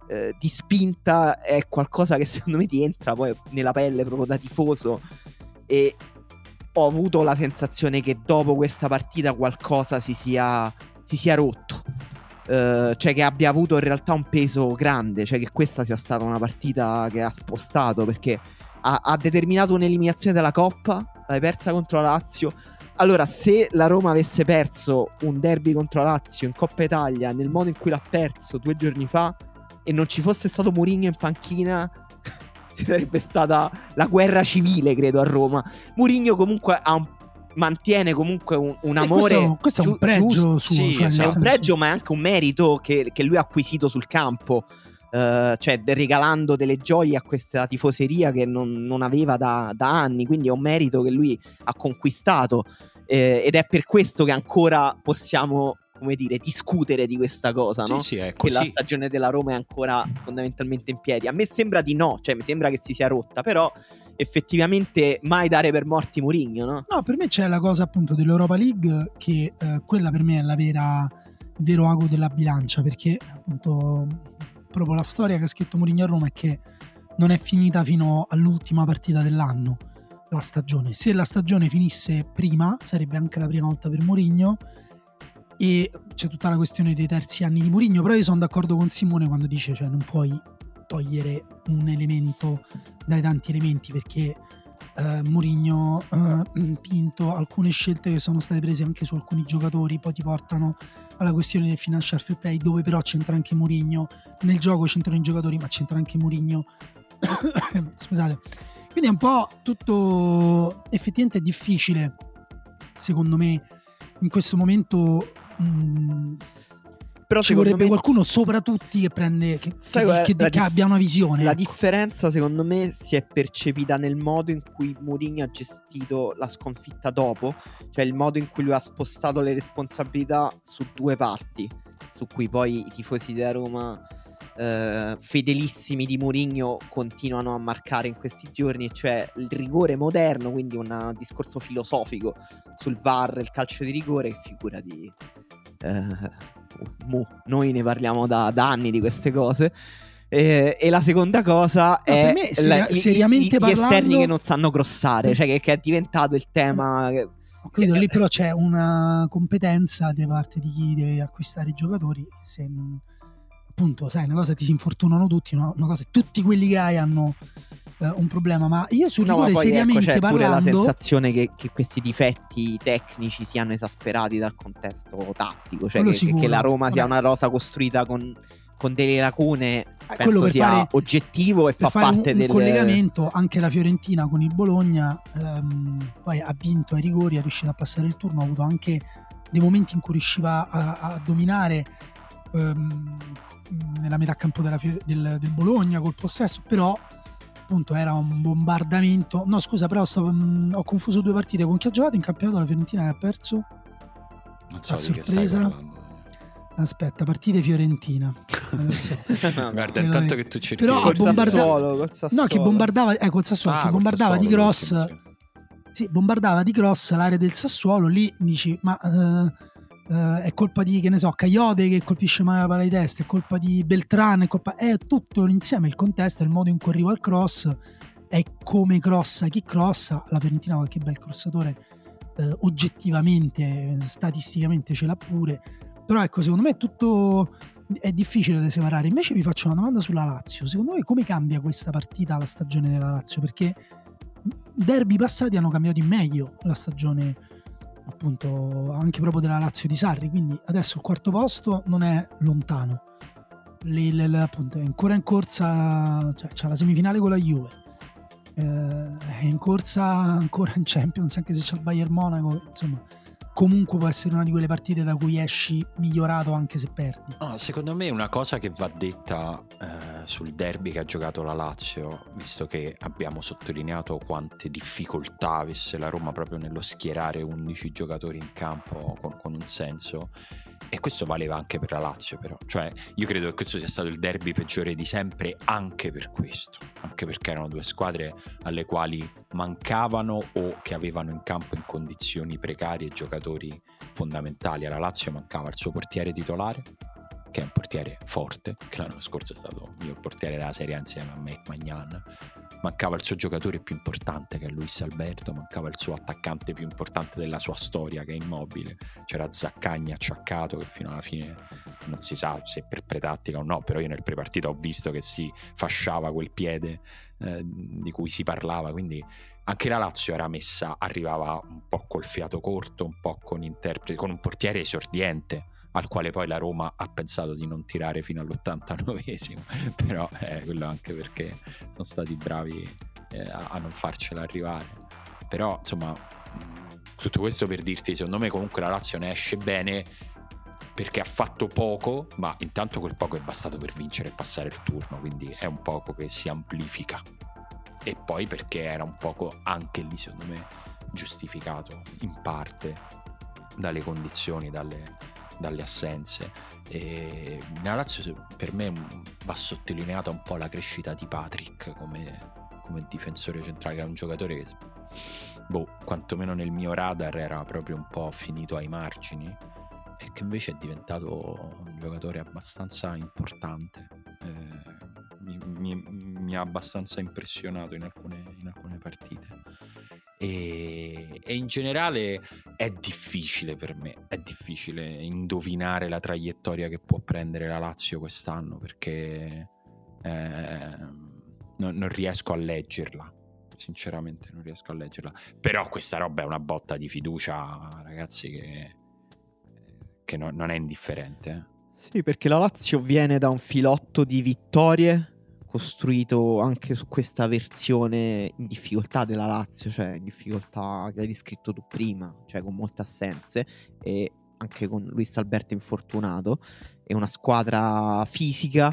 spinta, è qualcosa che secondo me ti entra poi nella pelle proprio da tifoso, e ho avuto la sensazione che dopo questa partita qualcosa si sia rotto, cioè che abbia avuto in realtà un peso grande, cioè che questa sia stata una partita che ha spostato, perché ha determinato un'eliminazione dalla Coppa, l'hai persa contro la Lazio. Allora, se la Roma avesse perso un derby contro la Lazio in Coppa Italia nel modo in cui l'ha perso 2 giorni fa, e non ci fosse stato Mourinho in panchina, ci sarebbe stata la guerra civile, credo, a Roma. Mourinho comunque mantiene comunque un amore. Questo è un pregio suo, sì, cioè, esatto. È un pregio, ma è anche un merito che lui ha acquisito sul campo, cioè regalando delle gioie a questa tifoseria che non aveva da anni, quindi è un merito che lui ha conquistato, ed è per questo che ancora possiamo, come dire, discutere di questa cosa, no? Sì, è che così. la stagione della Roma è ancora fondamentalmente in piedi. A me sembra di no, cioè mi sembra che si sia rotta, però effettivamente mai dare per morti Mourinho, no? No, per me c'è la cosa appunto dell'Europa League, che quella per me è il vero ago della bilancia, perché appunto proprio la storia che ha scritto Mourinho a Roma è che non è finita fino all'ultima partita dell'anno la stagione. Se la stagione finisse prima, sarebbe anche la prima volta per Mourinho, e c'è tutta la questione dei terzi anni di Mourinho, però io sono d'accordo con Simone quando dice, cioè non puoi togliere un elemento dai tanti elementi, perché Mourinho, Pinto, alcune scelte che sono state prese anche su alcuni giocatori poi ti portano alla questione del financial fair play, dove però c'entra anche Mourinho. Nel gioco c'entrano i giocatori, ma c'entra anche Mourinho. Scusate. Quindi è un po' tutto, effettivamente è difficile secondo me in questo momento. Però ci vorrebbe qualcuno sopra tutti che prende, che abbia una visione. La differenza secondo me si è percepita nel modo in cui Mourinho ha gestito la sconfitta dopo, cioè il modo in cui lui ha spostato le responsabilità su due parti, su cui poi i tifosi della Roma fedelissimi di Mourinho continuano a marcare in questi giorni, e cioè il rigore moderno, quindi un discorso filosofico sul VAR, il calcio di rigore, che figura di... noi ne parliamo da anni di queste cose, e la seconda cosa è seriamente gli esterni che non sanno crossare, cioè che è diventato il tema. Ho capito, lì però c'è una competenza da parte di chi deve acquistare i giocatori. Se non, appunto, sai, una cosa ti si infortunano tutti, una cosa tutti quelli che hai hanno un problema, ma io sul rigore seriamente c'è parlando, pure la sensazione che questi difetti tecnici siano esasperati dal contesto tattico, cioè che la Roma sia una rosa costruita con delle lacune, penso sia oggettivo e fa parte del collegamento. Anche la Fiorentina con il Bologna poi ha vinto ai rigori, è riuscita a passare il turno, ha avuto anche dei momenti in cui riusciva a dominare nella metà campo del Bologna col possesso, però appunto era un bombardamento. No, scusa, però ho confuso due partite. Con chi ha giocato in campionato la Fiorentina, che ha perso? Non so a di sorpresa. che stai parlando. Aspetta, partite Fiorentina. So. Guarda, intanto che tu cerchi. Però col Sassuolo. No, che bombardava col Sassuolo, che bombardava di cross. Sì, bombardava di cross l'area del Sassuolo. Lì dici, ma è colpa di, che ne so, Caiote che colpisce male la palla di testa, è colpa di Beltrán, è tutto l'insieme, il contesto, il modo in cui arriva al cross, è come crossa chi crossa. La Fiorentina qualche bel crossatore oggettivamente, statisticamente ce l'ha pure, però ecco, secondo me tutto è difficile da separare. Invece vi faccio una domanda sulla Lazio: secondo voi come cambia questa partita la stagione della Lazio? Perché i derby passati hanno cambiato in meglio la stagione, appunto, anche proprio della Lazio di Sarri, quindi adesso il quarto posto non è lontano, appunto è ancora in corsa, cioè c'è la semifinale con la Juve, è in corsa ancora in Champions, anche se c'è il Bayern Monaco, insomma comunque può essere una di quelle partite da cui esci migliorato anche se perdi. No, secondo me una cosa che va detta sul derby che ha giocato la Lazio, visto che abbiamo sottolineato quante difficoltà avesse la Roma proprio nello schierare 11 giocatori in campo con un senso, e questo valeva anche per la Lazio, però, cioè io credo che questo sia stato il derby peggiore di sempre, anche per questo, anche perché erano due squadre alle quali mancavano o che avevano in campo in condizioni precarie giocatori fondamentali. Alla Lazio mancava il suo portiere titolare, che è un portiere forte, che l'anno scorso è stato il miglior portiere della Serie A insieme a Mike Maignan, mancava il suo giocatore più importante, che è Luis Alberto, mancava il suo attaccante più importante della sua storia, che è Immobile, c'era Zaccagni acciaccato, che fino alla fine non si sa se per pretattica o no, però io nel prepartita ho visto che si fasciava quel piede di cui si parlava, quindi anche la Lazio era messa, arrivava un po' col fiato corto, un po' con un portiere esordiente, al quale poi la Roma ha pensato di non tirare fino all'89esimo, però quello anche perché sono stati bravi a non farcela arrivare. Però insomma, tutto questo per dirti, secondo me comunque la Lazio ne esce bene perché ha fatto poco, ma intanto quel poco è bastato per vincere e passare il turno, quindi è un poco che si amplifica, e poi perché era un poco anche lì secondo me giustificato in parte dalle condizioni, dalle assenze. E nella Lazio per me va sottolineata un po' la crescita di Patrick come difensore centrale, che era un giocatore che quantomeno nel mio radar era proprio un po' finito ai margini, e che invece è diventato un giocatore abbastanza importante. Mi ha abbastanza impressionato in alcune partite, e in generale è difficile per me, è difficile indovinare la traiettoria che può prendere la Lazio quest'anno, perché non riesco a leggerla, sinceramente non riesco a leggerla. Però questa roba è una botta di fiducia, ragazzi, che non è indifferente. Sì, perché la Lazio viene da un filotto di vittorie costruito anche su questa versione in difficoltà della Lazio, cioè in difficoltà che hai descritto tu prima, cioè con molte assenze e anche con Luis Alberto infortunato, e una squadra fisica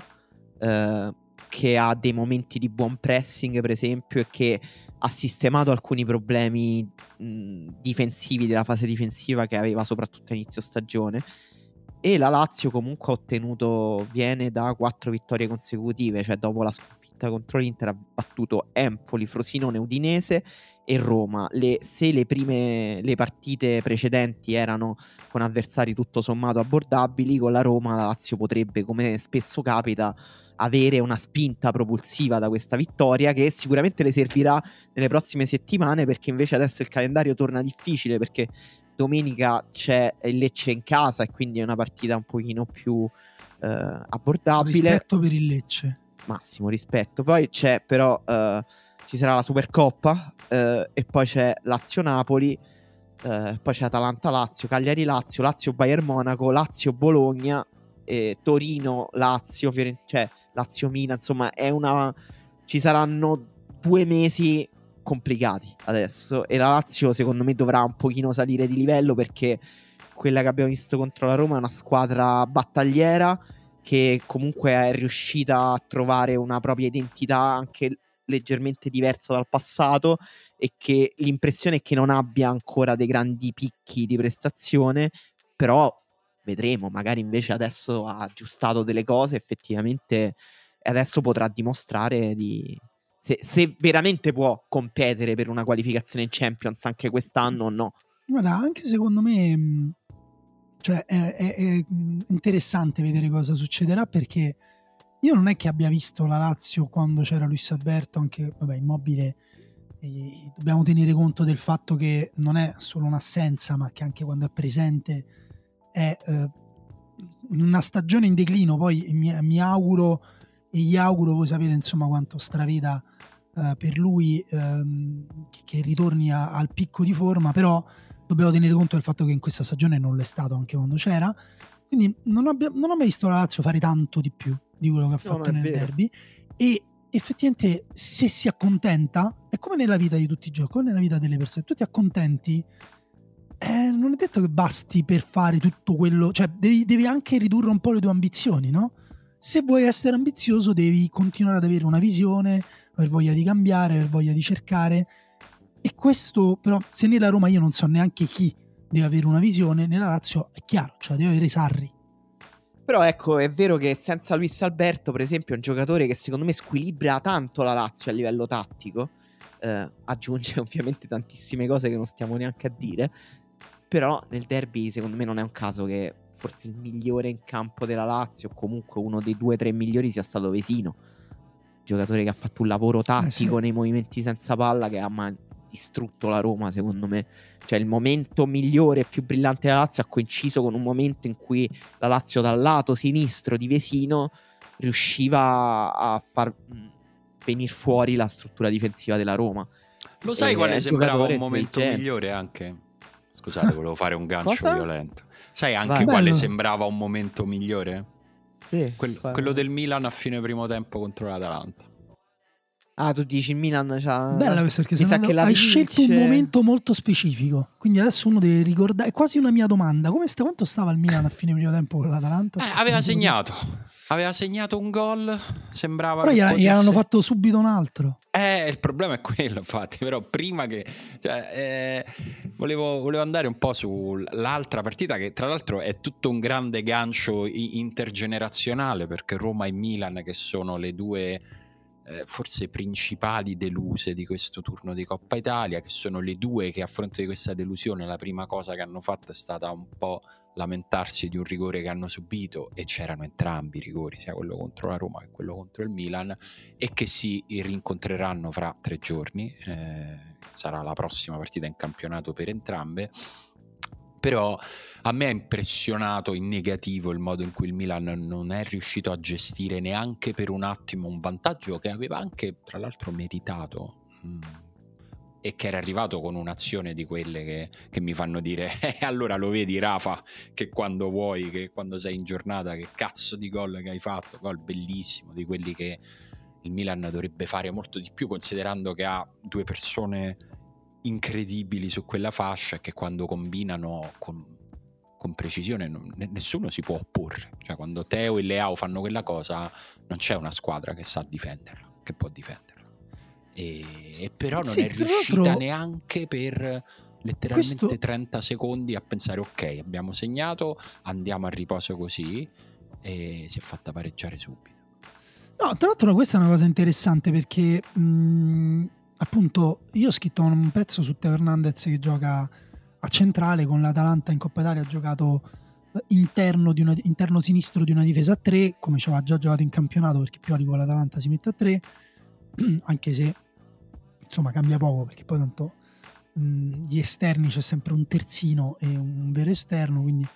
che ha dei momenti di buon pressing, per esempio, e che ha sistemato alcuni problemi difensivi della fase difensiva che aveva soprattutto a inizio stagione. E la Lazio comunque viene da 4 vittorie consecutive, cioè dopo la sconfitta contro l'Inter ha battuto Empoli, Frosinone, Udinese e Roma. Se le partite precedenti erano con avversari tutto sommato abbordabili, con la Roma la Lazio potrebbe, come spesso capita, avere una spinta propulsiva da questa vittoria, che sicuramente le servirà nelle prossime settimane, perché invece adesso il calendario torna difficile, perché domenica c'è il Lecce in casa e quindi è una partita un pochino più abbordabile. Rispetto per il Lecce, massimo rispetto. Poi c'è però ci sarà la Supercoppa e poi c'è Lazio-Napoli, poi c'è Atalanta-Lazio, Cagliari-Lazio, Lazio-Bayern Monaco, Lazio-Bologna, Torino-Lazio, cioè Lazio-Milan. Insomma ci saranno 2 mesi complicati adesso, e la Lazio secondo me dovrà un pochino salire di livello, perché quella che abbiamo visto contro la Roma è una squadra battagliera che comunque è riuscita a trovare una propria identità anche leggermente diversa dal passato, e che l'impressione è che non abbia ancora dei grandi picchi di prestazione, però vedremo, magari invece adesso ha aggiustato delle cose effettivamente e adesso potrà dimostrare se veramente può competere per una qualificazione in Champions anche quest'anno o no. Guarda, anche secondo me cioè è interessante vedere cosa succederà, perché io non è che abbia visto la Lazio quando c'era Luis Alberto, anche Immobile, dobbiamo tenere conto del fatto che non è solo un'assenza, ma che anche quando è presente è una stagione in declino. Poi mi auguro e gli auguro, voi sapete insomma quanto straveda per lui che ritorni al picco di forma, però dobbiamo tenere conto del fatto che in questa stagione non l'è stato anche quando c'era, quindi non ho mai visto la Lazio fare tanto di più di quello che ha fatto nel derby, e effettivamente se si accontenta è come nella vita di tutti i giochi, come nella vita delle persone, tu ti accontenti, non è detto che basti per fare tutto quello, cioè devi anche ridurre un po' le tue ambizioni, no? Se vuoi essere ambizioso devi continuare ad avere una visione, aver voglia di cambiare, aver voglia di cercare. E questo però, se nella Roma io non so neanche chi deve avere una visione, nella Lazio è chiaro, cioè deve avere Sarri. Però ecco, è vero che senza Luis Alberto, per esempio, è un giocatore che secondo me squilibra tanto la Lazio a livello tattico, aggiunge ovviamente tantissime cose che non stiamo neanche a dire, però nel derby secondo me non è un caso che forse il migliore in campo della Lazio, o comunque uno dei 2 o 3 migliori, sia stato Vesino, giocatore che ha fatto un lavoro tattico nei movimenti senza palla che ha distrutto la Roma, secondo me. Cioè il momento migliore e più brillante della Lazio ha coinciso con un momento in cui la Lazio dal lato sinistro di Vesino riusciva a far venire fuori la struttura difensiva della Roma. Lo sai quale sembrava un momento migliore anche? Scusate, volevo fare un gancio violento. Sai anche quale sembrava un momento migliore? Sì, quello del Milan a fine primo tempo contro l'Atalanta. Ah, tu dici il Milan c'ha... Bella questa, perché hai scelto un momento molto specifico, quindi adesso uno deve ricordare, è quasi una mia domanda, quanto stava il Milan a fine primo tempo con l'Atalanta? Aveva segnato un gol, sembrava, però gli hanno fatto subito un altro. Il problema è quello, infatti. Però prima che volevo andare un po' sull'altra partita, che tra l'altro è tutto un grande gancio intergenerazionale, perché Roma e Milan, che sono le due forse principali deluse di questo turno di Coppa Italia, che sono le due che a fronte di questa delusione la prima cosa che hanno fatto è stata un po' lamentarsi di un rigore che hanno subito, e c'erano entrambi i rigori, sia quello contro la Roma che quello contro il Milan, e che si rincontreranno fra 3 giorni, sarà la prossima partita in campionato per entrambe. Però a me ha impressionato in negativo il modo in cui il Milan non è riuscito a gestire neanche per un attimo un vantaggio che aveva anche tra l'altro meritato, e che era arrivato con un'azione di quelle che mi fanno dire allora lo vedi Rafa, che quando vuoi, che quando sei in giornata, che cazzo di gol che hai fatto, gol bellissimo, di quelli che il Milan dovrebbe fare molto di più, considerando che ha due persone incredibili su quella fascia, che quando combinano con precisione nessuno si può opporre. Cioè, quando Teo e Leao fanno quella cosa, non c'è una squadra che sa difenderla, che può difenderla, e però non è riuscita neanche per letteralmente 30 secondi a pensare ok, abbiamo segnato, andiamo a riposo così, e si è fatta pareggiare subito. No, tra l'altro questa è una cosa interessante, perché appunto io ho scritto un pezzo su Teo Hernandez che gioca a centrale con l'Atalanta in Coppa Italia, ha giocato interno sinistro di una difesa a 3, come ci aveva già giocato in campionato, perché Pioli con l'Atalanta si mette a 3, anche se insomma cambia poco, perché poi tanto gli esterni c'è sempre un terzino e un vero esterno, quindi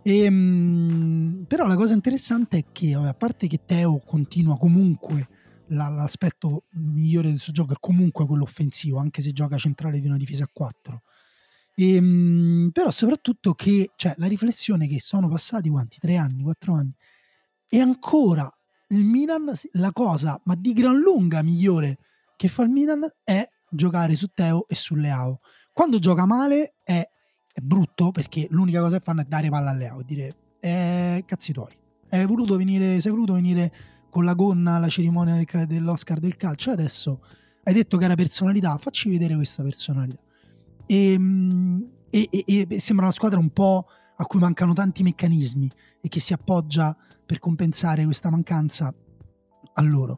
però la cosa interessante è che a parte che Teo continua comunque, l'aspetto migliore del suo gioco è comunque quello offensivo, anche se gioca centrale di una difesa a 4, però soprattutto che, cioè, la riflessione che sono passati quanti? 3 anni, 4 anni, e ancora il Milan, la cosa ma di gran lunga migliore che fa il Milan è giocare su Teo e su Leao. Quando gioca male è brutto, perché l'unica cosa che fanno è dare palla a Leao e dire cazzi tuoi, sei voluto venire con la gonna alla cerimonia dell'Oscar del calcio, adesso hai detto che era personalità, facci vedere questa personalità. E sembra una squadra un po' a cui mancano tanti meccanismi e che si appoggia per compensare questa mancanza a loro.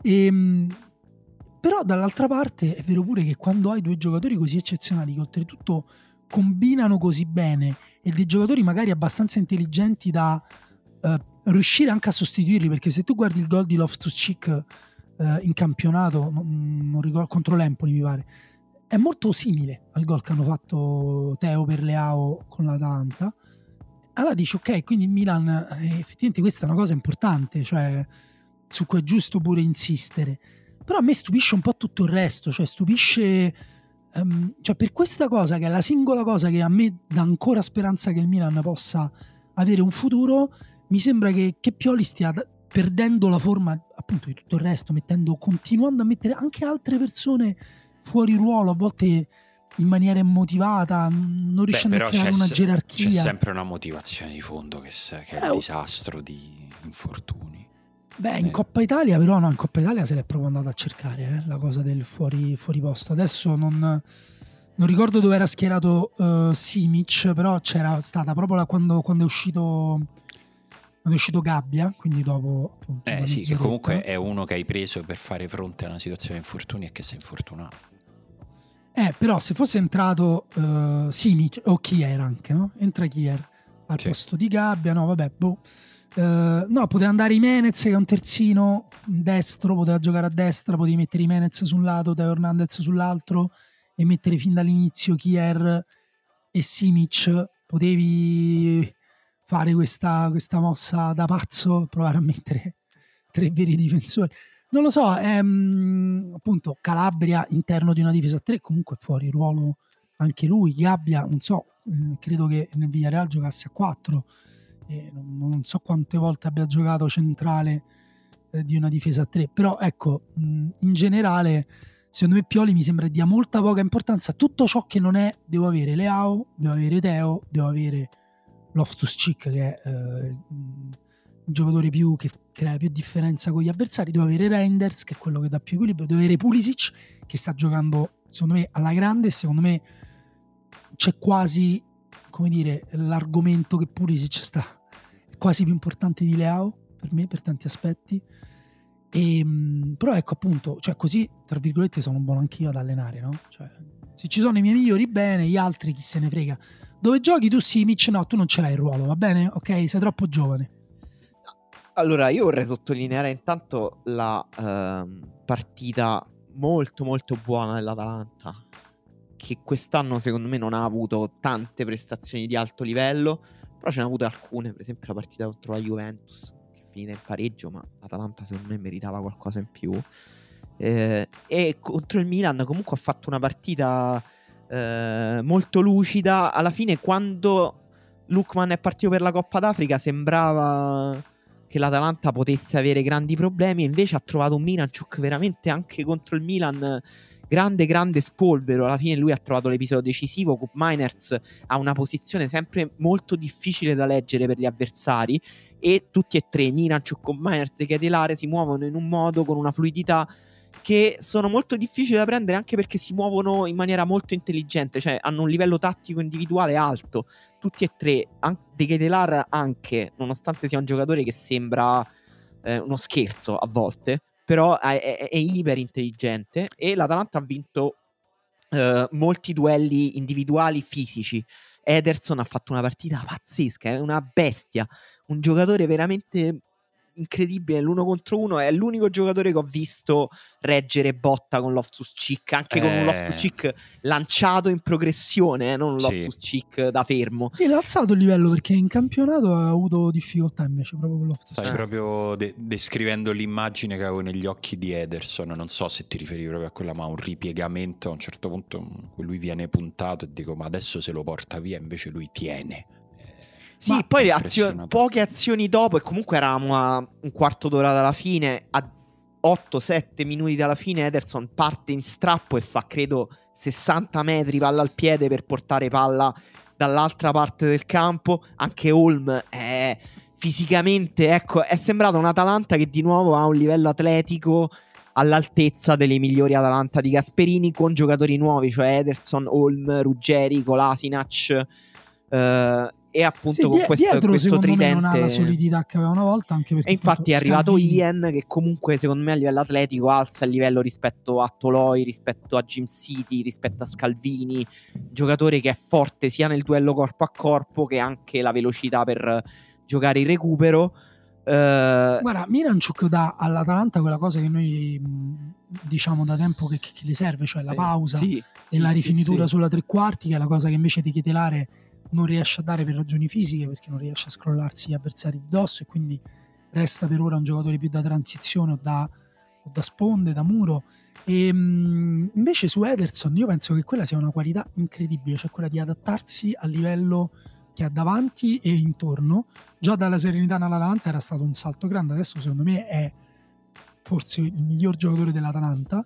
Però dall'altra parte è vero pure che quando hai due giocatori così eccezionali, che oltretutto combinano così bene, e dei giocatori magari abbastanza intelligenti da riuscire anche a sostituirli, perché se tu guardi il gol di Loftus-Cheek in campionato, non ricordo, contro l'Empoli mi pare, è molto simile al gol che hanno fatto Teo per Leao con l'Atalanta. Allora dici ok, quindi il Milan effettivamente questa è una cosa importante, cioè su cui è giusto pure insistere. Però a me stupisce un po' tutto il resto, cioè stupisce cioè per questa cosa che è la singola cosa che a me dà ancora speranza che il Milan possa avere un futuro, mi sembra che Pioli stia perdendo la forma appunto di tutto il resto, continuando a mettere anche altre persone fuori ruolo, a volte in maniera immotivata, non riuscendo a creare una gerarchia. C'è sempre una motivazione di fondo che è il disastro di infortuni. In Coppa Italia però no, in Coppa Italia se l'è proprio andata a cercare la cosa del fuori posto. Adesso non ricordo dove era schierato Simic, però c'era stata proprio quando è uscito Gabbia, quindi dopo appunto sì, che comunque è uno che hai preso per fare fronte a una situazione di infortuni e che si è infortunato. Però se fosse entrato Simic o Kier anche, no? Entra Kier al posto di Gabbia, no vabbè, no, poteva andare Jimenez che è un terzino destro, poteva giocare a destra, potevi mettere Jimenez su un lato, Teo Hernandez sull'altro e mettere fin dall'inizio Kier e Simic, potevi fare questa mossa da pazzo, provare a mettere 3 veri difensori. Non lo so, appunto Calabria interno di una difesa a 3, comunque fuori ruolo anche lui. Gabbia, non so, credo che nel Villarreal giocasse a 4, non so quante volte abbia giocato centrale di una difesa a 3, però ecco, in generale secondo me Pioli mi sembra dia molta poca importanza a tutto ciò che non è devo avere Leao, devo avere Teo, devo avere Loftus-Cheek che è il giocatore che crea più differenza con gli avversari, devo avere Reinders che è quello che dà più equilibrio, devo avere Pulisic che sta giocando secondo me alla grande, secondo me c'è quasi, come dire, l'argomento che Pulisic è quasi più importante di Leao per me per tanti aspetti, Però ecco appunto, cioè così tra virgolette sono buono anch'io ad allenare, no? Cioè, se ci sono i miei migliori bene, gli altri chi se ne frega. Dove giochi tu sì, Mitch no, tu non ce l'hai il ruolo, va bene? Ok, sei troppo giovane. Allora, io vorrei sottolineare intanto la partita molto molto buona dell'Atalanta, che quest'anno secondo me non ha avuto tante prestazioni di alto livello, però ce ne ha avute alcune, per esempio la partita contro la Juventus, che è finita in pareggio, ma l'Atalanta secondo me meritava qualcosa in più. E contro il Milan comunque ha fatto una partita molto lucida. Alla fine, quando Lookman è partito per la Coppa d'Africa, sembrava che l'Atalanta potesse avere grandi problemi, invece ha trovato un Miranchuk veramente anche contro il Milan grande spolvero. Alla fine lui ha trovato l'episodio decisivo. Koop Meiners ha una posizione sempre molto difficile da leggere per gli avversari, e tutti e tre, Miranchuk, Koop Meiners e Ketelare, si muovono in un modo, con una fluidità che sono molto difficili da prendere, anche perché si muovono in maniera molto intelligente, cioè hanno un livello tattico individuale alto tutti e tre. De Ketelar anche, nonostante sia un giocatore che sembra uno scherzo a volte, però è iper intelligente, e l'Atalanta ha vinto molti duelli individuali fisici. Ederson ha fatto una partita pazzesca, è una bestia, un giocatore veramente incredibile. L'uno contro uno è l'unico giocatore che ho visto reggere botta con Loftus-Cheek, anche con un Loftus-Cheek lanciato in progressione, non un Loftus-Cheek da fermo. Sì, l'ha alzato il livello, perché in campionato ha avuto difficoltà invece proprio con Loftus-Cheek. Stai proprio descrivendo l'immagine che avevo negli occhi di Ederson, non so se ti riferivi proprio a quella, ma un ripiegamento a un certo punto, lui viene puntato e dico ma adesso se lo porta via, invece lui tiene. Sì, ma poi poche azioni dopo, e comunque eravamo a un quarto d'ora dalla fine, a 8-7 minuti dalla fine Ederson parte in strappo e fa credo 60 metri palla al piede per portare palla dall'altra parte del campo. Anche Holm è fisicamente, ecco, è sembrato un Atalanta che di nuovo ha un livello atletico all'altezza delle migliori Atalanta di Gasperini, con giocatori nuovi, cioè Ederson, Holm, Ruggeri, Kolasinac, e appunto con questo tridente me non ha la solidità che aveva una volta, anche perché e infatti è arrivato Ian, che comunque secondo me a livello atletico alza il livello rispetto a Toloi, rispetto a Jim City, rispetto a Scalvini, giocatore che è forte sia nel duello corpo a corpo che anche la velocità per giocare in recupero. Guarda, Miranchuk dà all'Atalanta quella cosa che noi diciamo da tempo che le serve, cioè la pausa e la rifinitura sulla tre quarti, che è la cosa che invece di Ketelare non riesce a dare per ragioni fisiche, perché non riesce a scrollarsi gli avversari di dosso, e quindi resta per ora un giocatore più da transizione o da sponde, da muro. E invece su Ederson io penso che quella sia una qualità incredibile, cioè quella di adattarsi al livello che ha davanti e intorno. Già dalla serenità nell'Atalanta era stato un salto grande, adesso secondo me è forse il miglior giocatore dell'Atalanta.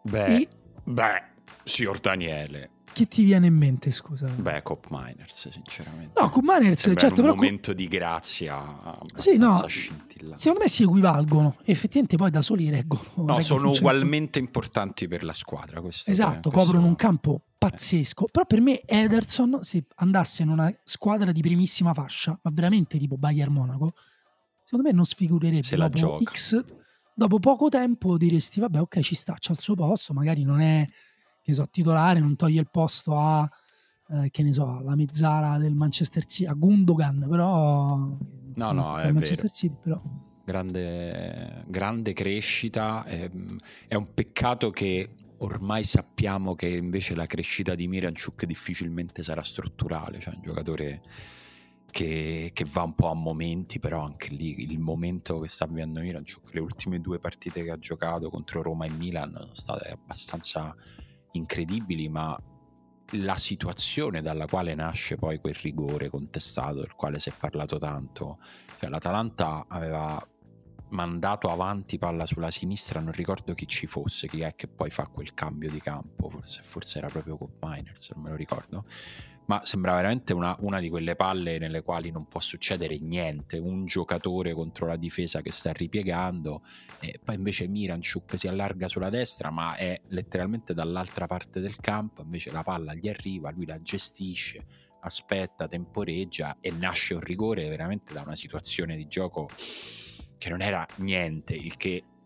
Signor Daniele, che ti viene in mente, scusa? Koop Meiners, sinceramente. No, Koop Meiners, certo, un però momento di grazia scintillante. Secondo me si equivalgono, effettivamente poi da soli reggono. No, sono ugualmente importanti per la squadra. Esatto, coprono un campo pazzesco. Però per me Ederson, se andasse in una squadra di primissima fascia, ma veramente tipo Bayern Monaco, secondo me non sfigurerebbe. Se dopo dopo poco tempo diresti vabbè, ok, ci sta, c'ha il suo posto, magari non è, che ne so, titolare, non toglie il posto a che ne so, la mezzala del Manchester City, a Gundogan, però è Manchester vero. City, però grande crescita. È un peccato che ormai sappiamo che invece la crescita di Miranchuk difficilmente sarà strutturale, cioè un giocatore che va un po' a momenti, però anche lì il momento che sta vivendo Miranchuk, le ultime 2 partite che ha giocato contro Roma e Milan sono state abbastanza incredibili, ma la situazione dalla quale nasce poi quel rigore contestato del quale si è parlato tanto, cioè l'Atalanta aveva mandato avanti palla sulla sinistra, non ricordo chi ci fosse, chi è che poi fa quel cambio di campo, forse era proprio Koop Meiners, non me lo ricordo, ma sembra veramente una di quelle palle nelle quali non può succedere niente, un giocatore contro la difesa che sta ripiegando, e poi invece Miranchuk si allarga sulla destra, ma è letteralmente dall'altra parte del campo, invece la palla gli arriva, lui la gestisce, aspetta, temporeggia e nasce un rigore veramente da una situazione di gioco che non era niente, il che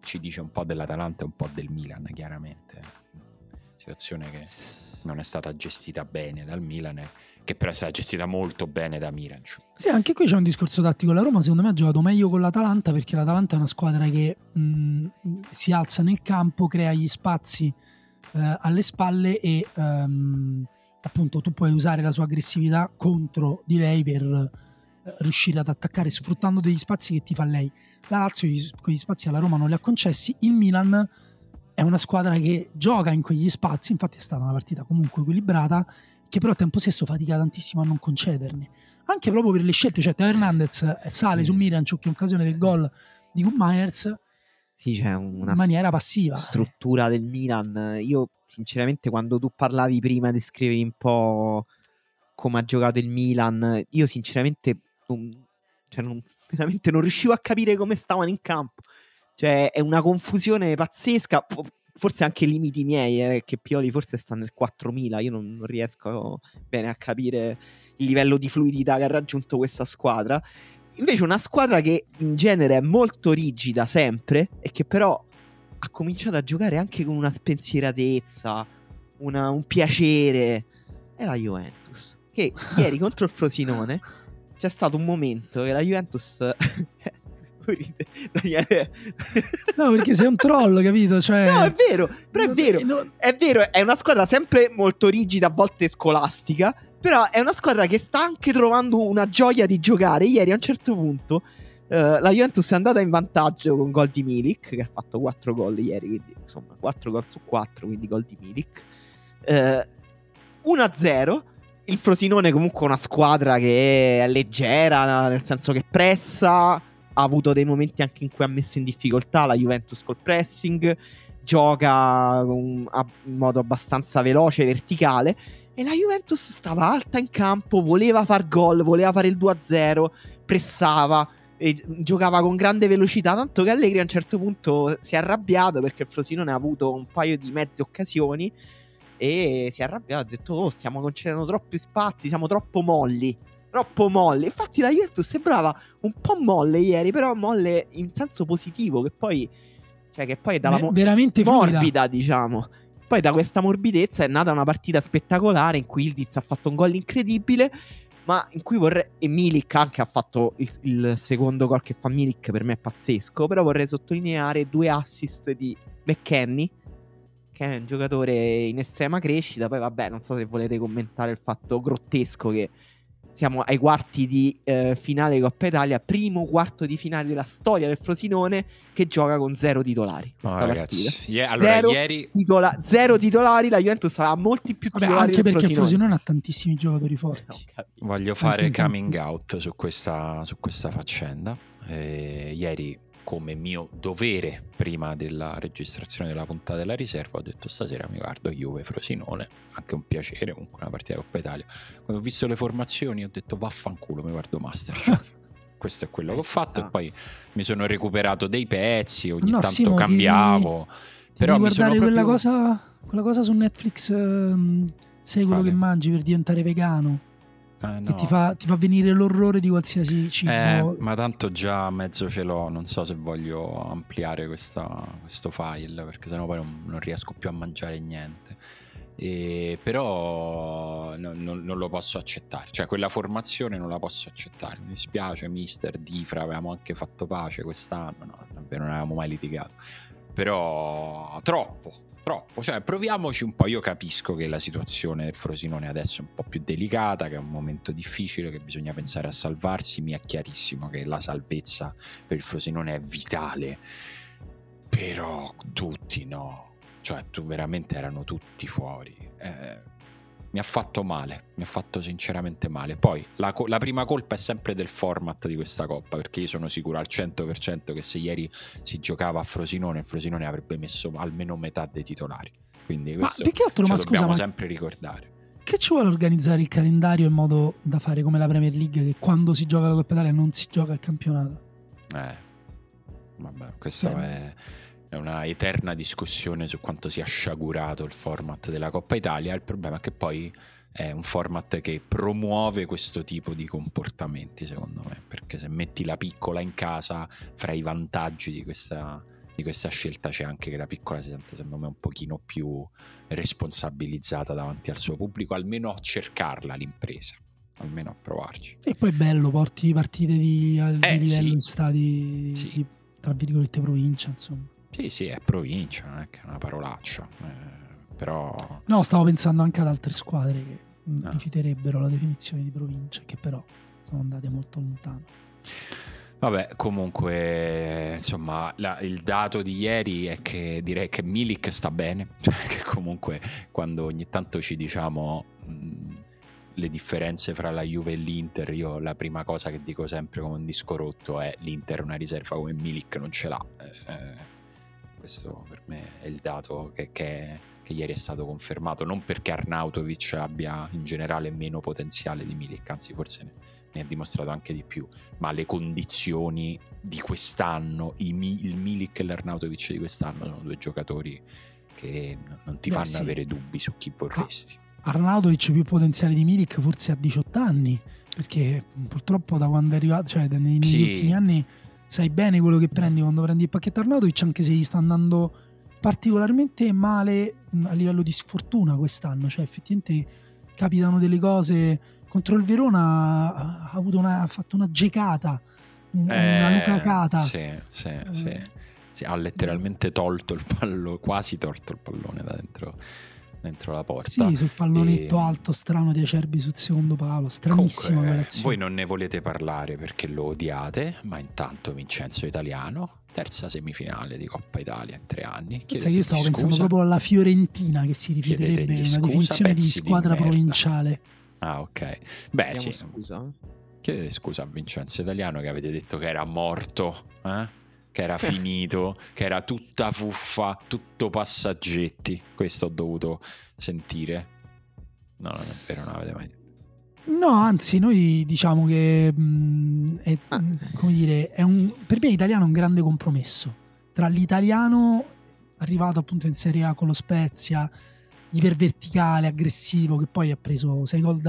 ci dice un po' dell'Atalanta e un po' del Milan, chiaramente. Situazione che non è stata gestita bene dal Milan, che però è stata gestita molto bene da Milan. Sì, anche qui c'è un discorso tattico. La Roma secondo me ha giocato meglio con l'Atalanta, perché l'Atalanta è una squadra che si alza nel campo, crea gli spazi alle spalle e appunto tu puoi usare la sua aggressività contro di lei per riuscire ad attaccare sfruttando degli spazi che ti fa lei. La Lazio quegli spazi alla Roma non li ha concessi. Il Milan è una squadra che gioca in quegli spazi, infatti è stata una partita comunque equilibrata, che però al tempo stesso fatica tantissimo a non concederne, anche proprio per le scelte. Cioè Teo Hernandez sale su Miranchuk in occasione del gol di Koop Meiners, sì, c'è una in maniera passiva, struttura del Milan. Io sinceramente, quando tu parlavi prima, descrivevi un po' come ha giocato il Milan, io sinceramente veramente non riuscivo a capire come stavano in campo. Cioè è una confusione pazzesca, forse anche limiti miei, che Pioli forse sta nel 4000, io non riesco bene a capire il livello di fluidità che ha raggiunto questa squadra. Invece una squadra che in genere è molto rigida sempre, e che però ha cominciato a giocare anche con una spensieratezza, un piacere, è la Juventus, che ieri contro il Frosinone c'è stato un momento che la Juventus Daniele. No, perché sei un troll, capito? Cioè... No, è vero, però è vero. È vero, è una squadra sempre molto rigida, a volte scolastica, però è una squadra che sta anche trovando una gioia di giocare. Ieri a un certo punto la Juventus è andata in vantaggio con gol di Milik, che ha fatto 4 gol ieri, quindi insomma 4 gol su 4, quindi gol di Milik. 1-0. Il Frosinone comunque è una squadra che è leggera, nel senso che pressa, ha avuto dei momenti anche in cui ha messo in difficoltà la Juventus col pressing, gioca in modo abbastanza veloce, verticale, e la Juventus stava alta in campo, voleva far gol, voleva fare il 2-0, pressava e giocava con grande velocità, tanto che Allegri a un certo punto si è arrabbiato perché il Frosinone ha avuto un paio di mezze occasioni e si è arrabbiato, ha detto: oh, stiamo concedendo troppi spazi, siamo troppo molli. Infatti la Juventus sembrava un po' molle ieri, però molle in senso positivo, che poi è dalla veramente morbida, diciamo. Poi da questa morbidezza è nata una partita spettacolare in cui Ildiz ha fatto un gol incredibile, ma in cui e Milik anche ha fatto il secondo gol che fa Milik, per me è pazzesco, però vorrei sottolineare 2 assist di McKennie, che è un giocatore in estrema crescita. Poi vabbè, non so se volete commentare il fatto grottesco che siamo ai quarti di finale Coppa Italia, primo quarto di finale della storia del Frosinone che gioca con 0 titolari. Questa partita. Ieri 0 titolari, la Juventus aveva molti più titolari. Anche perché il Frosinone ha tantissimi giocatori forti. Voglio fare coming out su questa faccenda. Ieri, come mio dovere prima della registrazione della puntata della riserva, ho detto: stasera mi guardo Juve Frosinone, anche un piacere, comunque una partita di Coppa Italia. Quando ho visto le formazioni ho detto: vaffanculo, mi guardo Masterchef. Questo è quello che ho fatto, e poi mi sono recuperato dei pezzi, ogni tanto cambiavo. Però mi sono guardare quella cosa su Netflix, sei quello che mangi per diventare vegano. No. Che ti fa venire l'orrore di qualsiasi cibo. Ma tanto già mezzo ce l'ho, non so se voglio ampliare questo file, perché sennò poi non riesco più a mangiare niente. Però non lo posso accettare, cioè quella formazione non la posso accettare, mi dispiace mister Difra, avevamo anche fatto pace quest'anno, no, davvero non avevamo mai litigato, però troppo, cioè proviamoci un po'. Io capisco che la situazione del Frosinone adesso è un po' più delicata, che è un momento difficile, che bisogna pensare a salvarsi, mi è chiarissimo che la salvezza per il Frosinone è vitale, però tutti no, cioè tu veramente erano tutti fuori. Mi ha fatto male, mi ha fatto sinceramente male. Poi la prima colpa è sempre del format di questa Coppa, perché io sono sicuro al 100% che se ieri si giocava a Frosinone, il Frosinone avrebbe messo almeno metà dei titolari. Quindi questo dobbiamo sempre ricordare. Che ci vuole organizzare il calendario in modo da fare come la Premier League, che quando si gioca la Coppa Italia non si gioca il campionato? Vabbè, questa è una eterna discussione su quanto sia sciagurato il format della Coppa Italia. Il problema è che poi è un format che promuove questo tipo di comportamenti, secondo me, perché se metti la piccola in casa, fra i vantaggi di questa scelta c'è anche che la piccola si sente secondo me un pochino più responsabilizzata davanti al suo pubblico, almeno a cercarla l'impresa, almeno a provarci. E poi è bello, porti partite di livello in stati sì. di, tra virgolette, provincia, insomma. Sì, è provincia, non è che è una parolaccia, però... No, stavo pensando anche ad altre squadre che rifiuterebbero la definizione di provincia, che però sono andate molto lontano. Vabbè, comunque, insomma, il dato di ieri è che direi che Milik sta bene, che comunque quando ogni tanto ci diciamo le differenze fra la Juve e l'Inter, io la prima cosa che dico sempre come un disco rotto è l'Inter una riserva come Milik non ce l'ha. Questo per me è il dato che ieri è stato confermato, non perché Arnautovic abbia in generale meno potenziale di Milik, anzi forse ne ha dimostrato anche di più, ma le condizioni di quest'anno, il Milik e l'Arnautovic di quest'anno sono due giocatori che non ti fanno avere dubbi su chi vorresti. Arnautovic più potenziale di Milik forse a 18 anni, perché purtroppo da quando è arrivato, cioè negli ultimi anni sai bene quello che prendi quando prendi il pacchetto Arnautovic, anche se gli sta andando particolarmente male a livello di sfortuna quest'anno, cioè effettivamente capitano delle cose. Contro il Verona ha fatto una giecata, una lucacata. Sì, ha letteralmente tolto il pallone, quasi tolto il pallone da dentro la porta. Sì, sul pallonetto alto strano di Acerbi sul secondo palo, stranissima quell'azione. Voi non ne volete parlare perché lo odiate, ma intanto Vincenzo Italiano, terza semifinale di Coppa Italia in 3 anni. Pensa che io stavo pensando proprio alla Fiorentina, che si rifiuterebbe una definizione di squadra provinciale. Ah, ok. Beh, chiediamo sì. Scusa. Chiedete scusa a Vincenzo Italiano, che avete detto che era morto, che era finito, che era tutta fuffa, tutto passaggetti. Questo ho dovuto sentire. No, non è vero, non l'avete mai detto. No, anzi, noi diciamo che come dire, per me Italiano è un grande compromesso tra l'italiano arrivato appunto in Serie A con lo Spezia, iperverticale, aggressivo, che poi ha preso 6 gol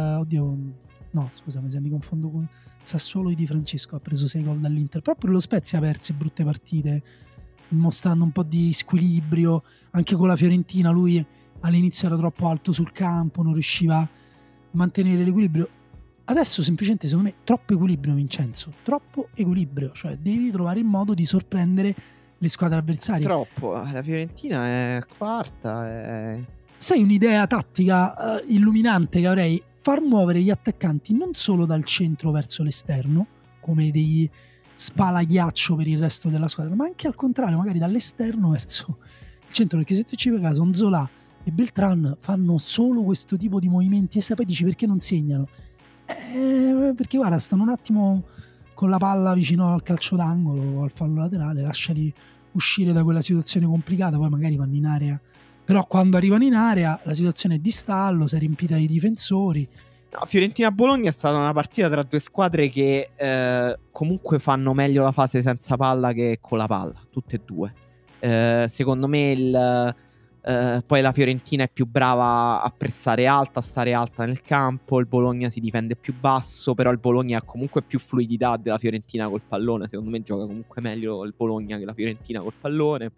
mi confondo con Sassuolo di Francesco, ha preso 6 gol dall'Inter, proprio lo Spezia ha perso brutte partite, mostrando un po' di squilibrio, anche con la Fiorentina lui all'inizio era troppo alto sul campo, non riusciva a mantenere l'equilibrio. Adesso semplicemente secondo me troppo equilibrio, Vincenzo, troppo equilibrio, cioè devi trovare il modo di sorprendere le squadre avversarie. Troppo, la Fiorentina è quarta. Sai un'idea tattica illuminante che avrei? Far muovere gli attaccanti non solo dal centro verso l'esterno, come degli spalaghiaccio per il resto della squadra, ma anche al contrario, magari dall'esterno verso il centro, perché se tu ci fai caso, Nzola e Beltran fanno solo questo tipo di movimenti e poi dici perché non segnano? Perché guarda, stanno un attimo con la palla vicino al calcio d'angolo o al fallo laterale, lasciali uscire da quella situazione complicata, poi magari vanno in area, però quando arrivano in area la situazione è di stallo, si è riempita di difensori. No, Fiorentina-Bologna è stata una partita tra due squadre che comunque fanno meglio la fase senza palla che con la palla, tutte e due. Secondo me poi la Fiorentina è più brava a pressare alta, a stare alta nel campo, il Bologna si difende più basso, però il Bologna ha comunque più fluidità della Fiorentina col pallone, secondo me gioca comunque meglio il Bologna che la Fiorentina col pallone.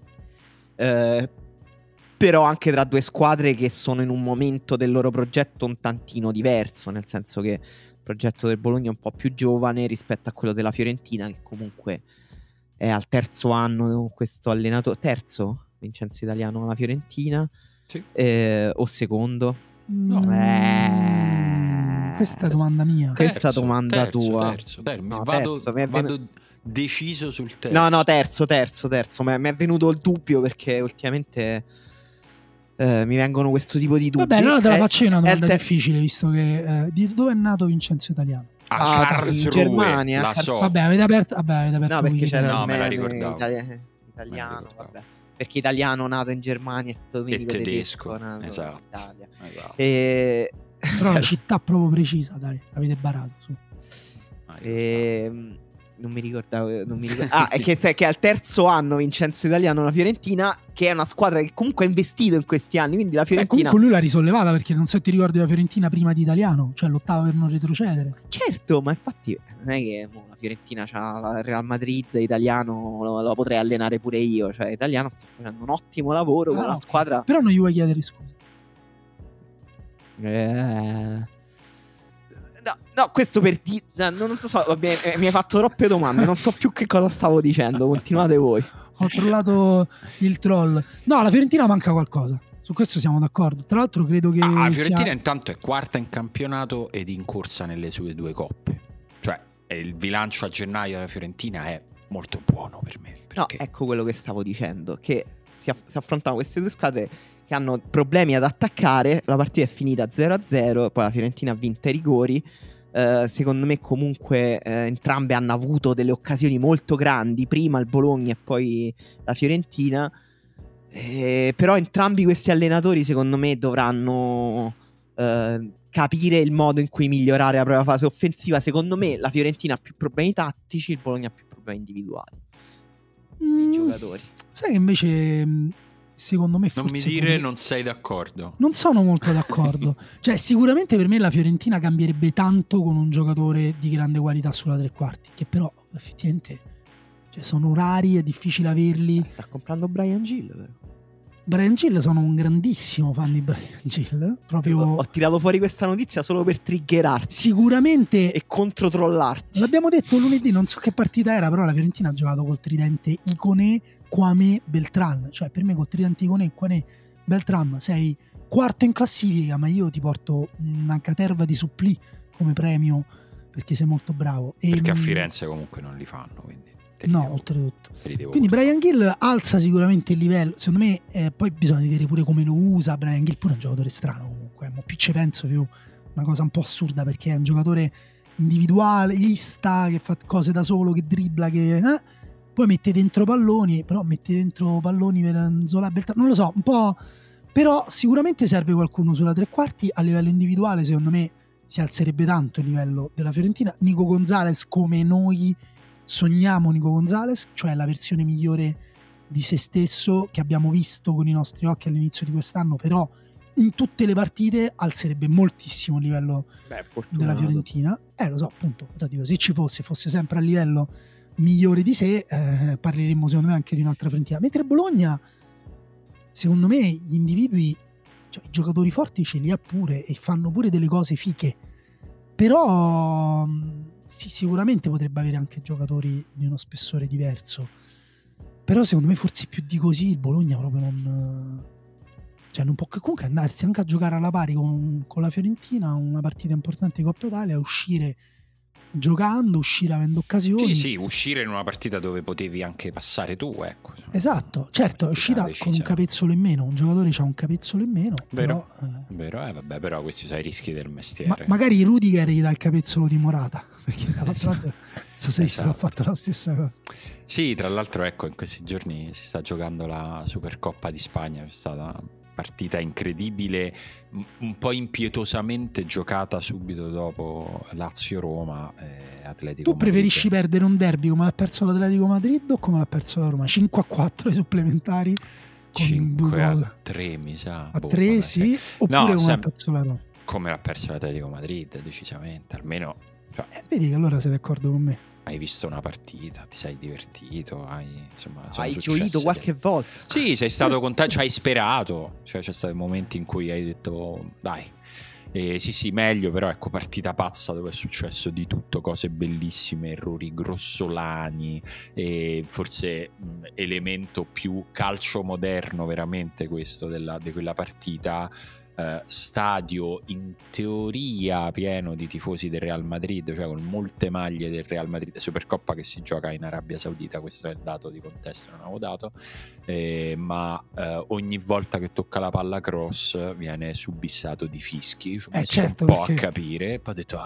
Però anche tra due squadre che sono in un momento del loro progetto un tantino diverso, nel senso che il progetto del Bologna è un po' più giovane rispetto a quello della Fiorentina, che comunque è al terzo anno questo allenatore. Terzo? Vincenzo Italiano alla Fiorentina? Sì. O secondo? No. Questa è domanda mia. Questa domanda tua. Terzo. Dai, No, vado terzo, deciso sul terzo. No, terzo. Mi è venuto il dubbio perché ultimamente mi vengono questo tipo di dubbi. Vabbè, allora te la faccio io una domanda difficile, visto che di dove è nato Vincenzo Italiano? A Karlsruhe, in Germania. la so. Vabbè, avete aperto no, perché c'era no, il me la meme ricordavo. italiano, vabbè. Perché italiano nato in Germania e tedesco nato esatto, in Italia. Esatto. Però la città proprio precisa, dai, avete barato su. non mi ricordavo. È che al terzo anno Vincenzo Italiano la Fiorentina, che è una squadra che comunque ha investito in questi anni, quindi la Fiorentina comunque lui l'ha risollevata, perché non so se ti ricordi la Fiorentina prima di Italiano, cioè lottava per non retrocedere. Certo, ma infatti non è che la Fiorentina c'ha il Real Madrid, Italiano lo potrei allenare pure io, cioè Italiano sta facendo un ottimo lavoro con la squadra. Però non gli vuoi chiedere scusa. No, questo per dire. Non so, vabbè, mi hai fatto troppe domande. Non so più che cosa stavo dicendo. Continuate voi. Ho trollato il troll. No, la Fiorentina manca qualcosa. Su questo siamo d'accordo. Tra l'altro, credo che. La Fiorentina intanto è quarta in campionato ed in corsa nelle sue 2 coppe. Cioè, il bilancio a gennaio della Fiorentina è molto buono per me. Perché... No, ecco quello che stavo dicendo. Che si affrontano queste 2 squadre che hanno problemi ad attaccare. La partita è finita 0-0. Poi la Fiorentina ha vinto ai rigori. Secondo me comunque entrambe hanno avuto delle occasioni molto grandi, prima il Bologna e poi la Fiorentina, però entrambi questi allenatori secondo me dovranno capire il modo in cui migliorare la propria fase offensiva. Secondo me la Fiorentina ha più problemi tattici, il Bologna ha più problemi individuali i giocatori. Sai che invece secondo me forse non mi dire non sei d'accordo. Non sono molto d'accordo. Cioè sicuramente per me la Fiorentina cambierebbe tanto con un giocatore di grande qualità sulla 3 quarti, che però effettivamente sono rari, è difficile averli. Sta comprando Bryan Gil, però. Bryan Gil, sono un grandissimo fan di Bryan Gil. Proprio... Ho tirato fuori questa notizia solo per triggerarti. Sicuramente. E controtrollarti. L'abbiamo detto lunedì, non so che partita era, però la Fiorentina ha giocato col tridente Ikoné, Kwame, Beltran. Cioè per me col tridente Ikoné, Kwame, Beltran sei quarto in classifica, ma io ti porto una caterva di supplì come premio perché sei molto bravo. Perché a Firenze comunque non li fanno, quindi... No, oltretutto. Quindi Bryan Gil alza sicuramente il livello. Secondo me poi bisogna vedere pure come lo usa. Bryan Gil pure è un giocatore strano comunque. Ma più ci penso, più una cosa un po' assurda, perché è un giocatore individualista che fa cose da solo, che dribbla, che poi mette dentro palloni, però mette dentro palloni per Zola Beltrán, non lo so, un po'. Però sicuramente serve qualcuno sulla 3 quarti. A livello individuale secondo me si alzerebbe tanto il livello della Fiorentina. Nico Gonzalez, come noi sogniamo Nico Gonzalez, cioè la versione migliore di se stesso che abbiamo visto con i nostri occhi all'inizio di quest'anno, però in tutte le partite alzerebbe moltissimo il livello della Fiorentina. Lo so, appunto, dico, se ci fosse sempre a livello migliore di sé, parleremmo secondo me anche di un'altra Fiorentina. Mentre Bologna, secondo me, gli individui, cioè i giocatori forti ce li ha pure e fanno pure delle cose fiche, però sì, sicuramente potrebbe avere anche giocatori di uno spessore diverso, però secondo me forse più di così il Bologna proprio non può comunque andarsi anche a giocare alla pari con la Fiorentina una partita importante di Coppa Italia, uscire giocando, uscire avendo occasioni. Sì, uscire in una partita dove potevi anche passare tu, ecco. Esatto, certo, è uscita con un capezzolo in meno, un giocatore c'ha un capezzolo in meno. Vero, però, vabbè, però questi sono i rischi del mestiere. Magari Rudiger gli dà il capezzolo di Morata, perché dall'altro lato ha fatto la stessa cosa. Sì, tra l'altro ecco, in questi giorni si sta giocando la Supercoppa di Spagna, c'è stata partita incredibile, un po' impietosamente giocata subito dopo Lazio-Roma e Atletico. Tu preferisci perdere un derby come l'ha perso l'Atletico Madrid o come l'ha perso la Roma? 5-4 ai supplementari? 5-3 mi sa. A 3 sì? Oppure come l'ha perso la Roma? Come l'ha perso l'Atletico Madrid, decisamente, almeno. Cioè, vedi che allora sei d'accordo con me. Hai visto una partita, ti sei divertito, hai gioito qualche volta. Sì, sei stato contento, ci hai sperato, cioè c'è stato momenti in cui hai detto dai, sì meglio, però ecco, partita pazza dove è successo di tutto, cose bellissime, errori grossolani, e forse elemento più calcio moderno veramente questo di quella partita. Stadio in teoria pieno di tifosi del Real Madrid, cioè con molte maglie del Real Madrid, Supercoppa che si gioca in Arabia Saudita, questo è il dato di contesto, non avevo dato, ma ogni volta che tocca la palla cross viene subissato di fischi, cioè certo, un po' a capire, poi ho detto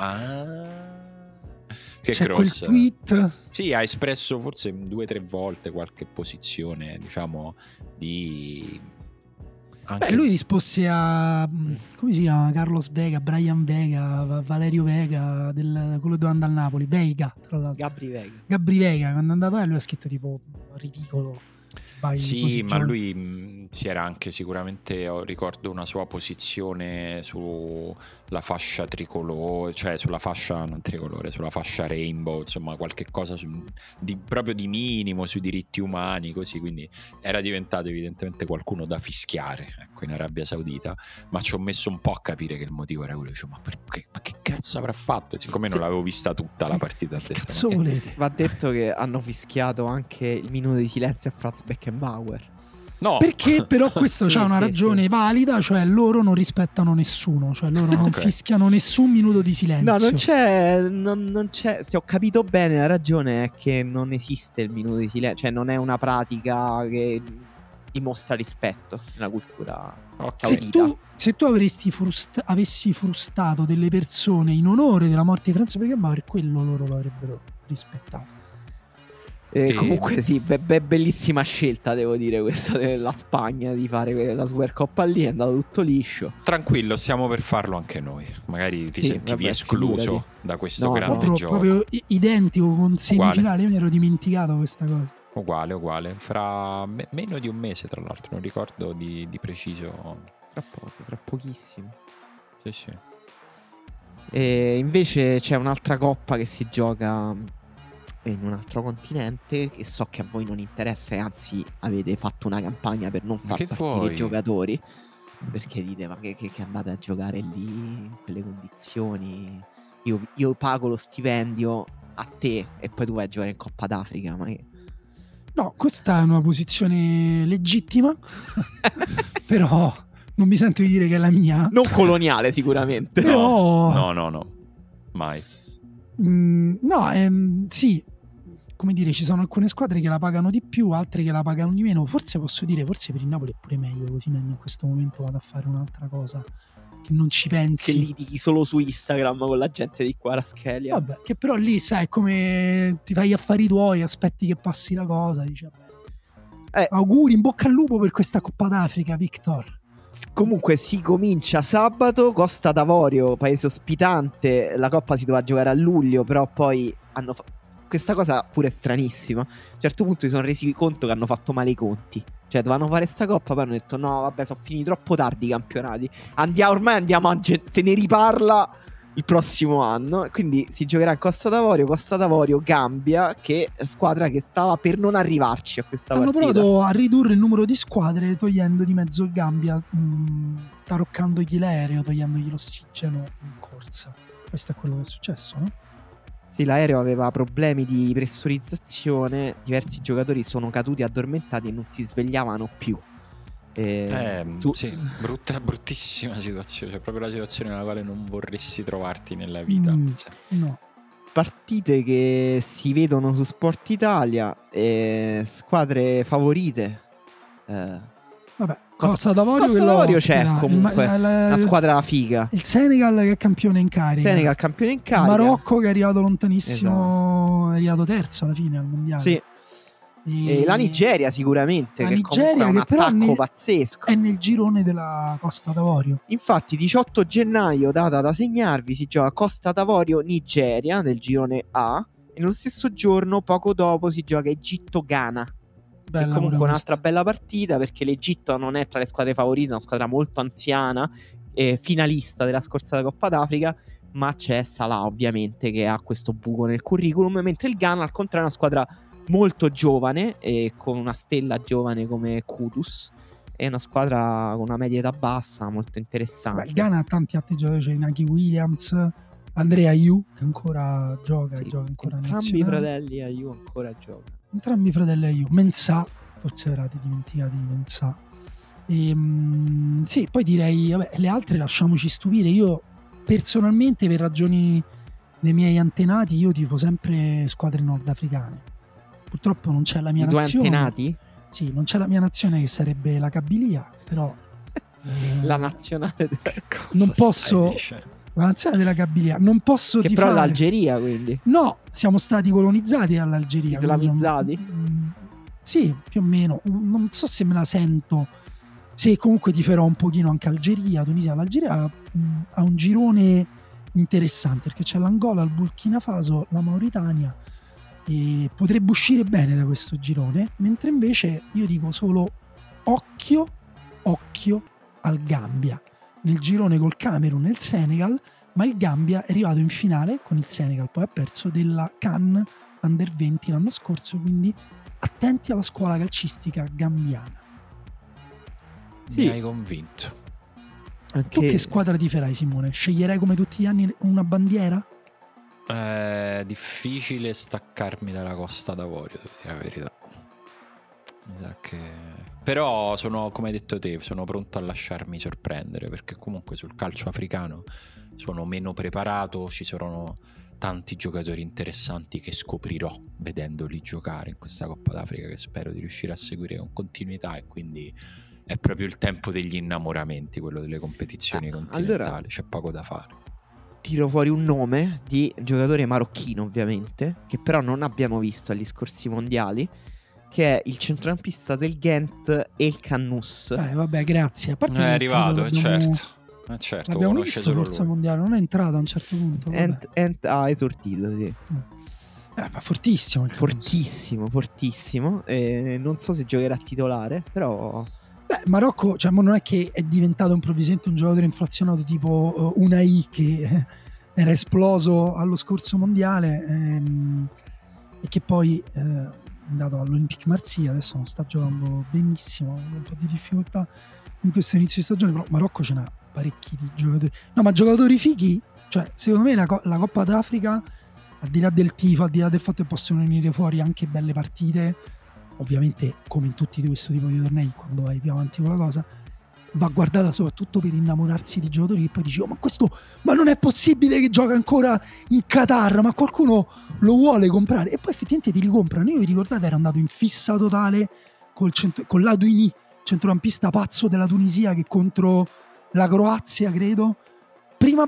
che c'è cross, quel tweet. Sì, ha espresso forse 2 o 3 volte qualche posizione, diciamo, di Anche... Beh, lui risposse a come si chiama? Carlos Vega, Brian Vega, Valerio Vega, quello dove andava al Napoli, Vega, tra l'altro. Gabri Vega, quando è andato lui ha scritto tipo ridicolo. Sì, ma lui si era anche sicuramente, ricordo una sua posizione sulla fascia tricolore, cioè sulla fascia non tricolore, sulla fascia rainbow, insomma qualche cosa proprio di minimo sui diritti umani, così, quindi era diventato evidentemente qualcuno da fischiare, ecco, in Arabia Saudita, ma ci ho messo un po' a capire che il motivo era quello, ma che cazzo avrà fatto? Siccome non l'avevo vista tutta la partita, che cazzo volete? Va detto che hanno fischiato anche il minuto di silenzio a Franz Beckenbauer. No. Perché però questo c'ha una ragione valida, cioè loro non rispettano nessuno, cioè loro non fischiano nessun minuto di silenzio. No, non c'è, se ho capito bene la ragione è che non esiste il minuto di silenzio, cioè non è una pratica che dimostra rispetto nella cultura saudita. Se tu avessi frustato delle persone in onore della morte di Franz Beckenbauer, quello loro lo avrebbero rispettato. Comunque sì, bellissima scelta, devo dire, questa della Spagna di fare la Supercoppa lì, è andato tutto liscio. Tranquillo, stiamo per farlo anche noi. Magari ti sentivi escluso figurati da questo grande gioco. Proprio identico con semifinale, io mi ero dimenticato questa cosa. Uguale, fra meno di un mese tra l'altro, non ricordo di preciso. Tra pochissimo. Sì. E invece c'è un'altra coppa che si gioca in un altro continente, che so che a voi non interessa, e anzi avete fatto una campagna per non far partire i giocatori, perché dite ma che andate a giocare lì in quelle condizioni, io pago lo stipendio a te e poi tu vai a giocare in Coppa d'Africa. Ma che... No, questa è una posizione legittima però non mi sento di dire che è la mia, non coloniale sicuramente, però no mai. Sì, come dire, ci sono alcune squadre che la pagano di più, altre che la pagano di meno. Forse posso dire, forse per il Napoli è pure meglio, così in questo momento vado a fare un'altra cosa che non ci pensi, che litighi solo su Instagram con la gente di Kvaratskhelia. Vabbè, che però lì sai come ti fai gli affari tuoi, aspetti che passi la cosa, dici auguri, in bocca al lupo per questa Coppa d'Africa, Victor. Comunque si comincia sabato, Costa d'Avorio, paese ospitante. La Coppa si doveva giocare a luglio, però poi hanno questa cosa pure stranissima. A un certo punto si sono resi conto che hanno fatto male i conti. Cioè dovevano fare sta Coppa, poi hanno detto no vabbè, sono finiti troppo tardi i campionati, ormai andiamo se ne riparla il prossimo anno. Quindi si giocherà a Costa d'Avorio, Gambia, che è squadra che stava per non arrivarci a questa partita. Hanno provato a ridurre il numero di squadre togliendo di mezzo il Gambia, taroccandogli l'aereo, togliendogli l'ossigeno in corsa. Questo è quello che è successo, no? Sì, l'aereo aveva problemi di pressurizzazione, diversi giocatori sono caduti addormentati e non si svegliavano più. Sì, bruttissima situazione, cioè proprio la situazione nella quale non vorresti trovarti nella vita. No. Partite che si vedono su Sport Italia, squadre favorite. Vabbè, Costa d'Avorio c'è comunque una squadra figa. Il Senegal che è campione in carica. Il Marocco che è arrivato lontanissimo, È arrivato terzo alla fine al mondiale. Sì. E la Nigeria sicuramente, che comunque è un attacco pazzesco. È nel girone della Costa d'Avorio. Infatti 18 gennaio, data da segnarvi, si gioca Costa d'Avorio-Nigeria nel girone A, e nello stesso giorno, poco dopo, si gioca Egitto-Ghana. È comunque un'altra bella partita, perché l'Egitto non è tra le squadre favorite, è una squadra molto anziana, finalista della scorsa Coppa d'Africa, ma c'è Salah ovviamente che ha questo buco nel curriculum, mentre il Ghana al contrario è una squadra molto giovane e con una stella giovane come Kudus, è una squadra con una media età bassa molto interessante. Il Ghana ha tanti altri giocatori, c'è Inaki Williams, Andrea Ayew che ancora gioca, gioca ancora entrambi i fratelli Ayew ancora giocano. Entrambi i fratelli Ayew. Mensah, forse avrete dimenticato di Mensah. Sì, poi direi vabbè, le altre lasciamoci stupire. Io personalmente, per ragioni dei miei antenati, io tifo sempre squadre nordafricane. Purtroppo non c'è la mia nazione. I tuoi antenati? Sì, non c'è la mia nazione, che sarebbe la Kabilia, però la nazionale non posso. La nazione della Kabilia non posso che tifare. Però l'Algeria, quindi no, siamo stati colonizzati dall'Algeria, islamizzati? Sì, più o meno. Non so se me la sento se comunque ti farò un pochino anche Algeria, Tunisia. L'Algeria ha un girone interessante perché c'è l'Angola, il Burkina Faso, la Mauritania, e potrebbe uscire bene da questo girone, mentre invece io dico solo occhio al Gambia nel girone col Camerun e il Senegal, ma il Gambia è arrivato in finale con il Senegal, poi ha perso della CAN Under 20 l'anno scorso, quindi attenti alla scuola calcistica gambiana. Mi hai convinto. Tu che squadra ti farai, Simone? Sceglierai come tutti gli anni una bandiera? È difficile staccarmi dalla Costa d'Avorio, devo dire la verità. Mi sa che... Però sono, come hai detto te, sono pronto a lasciarmi sorprendere, perché comunque sul calcio africano sono meno preparato, ci sono tanti giocatori interessanti che scoprirò vedendoli giocare in questa Coppa d'Africa, che spero di riuscire a seguire con continuità, e quindi è proprio il tempo degli innamoramenti, quello delle competizioni continentali. Allora, c'è poco da fare. Tiro fuori un nome di giocatore marocchino, ovviamente, che però non abbiamo visto agli scorsi mondiali, che è il centrocampista del Ghent, El Kannous. Vabbè, grazie. A parte è arrivato, certo. L'abbiamo visto forza mondiale, non è entrato a un certo punto. Ha esortito, sì. Ma fortissimo. Fortissimo. Non so se giocherà titolare, però... Marocco, cioè, non è che è diventato improvvisamente un giocatore inflazionato tipo Unai, che era esploso allo scorso mondiale e che poi è andato all'Olympique Marsiglia, adesso non sta giocando benissimo, un po' di difficoltà in questo inizio di stagione, però Marocco ce n'ha parecchi di giocatori. No, ma giocatori fighi, cioè secondo me la Coppa d'Africa, al di là del tifo, al di là del fatto che possono venire fuori anche belle partite, ovviamente come in tutti questo tipo di tornei, quando vai più avanti con la cosa, va guardata soprattutto per innamorarsi di giocatori che poi dici ma non è possibile che gioca ancora in Qatar, ma qualcuno lo vuole comprare, e poi effettivamente ti ricomprano. Io vi ricordate, ero andato in fissa totale con l'Adouini, centrocampista pazzo della Tunisia, che contro la Croazia, credo, prima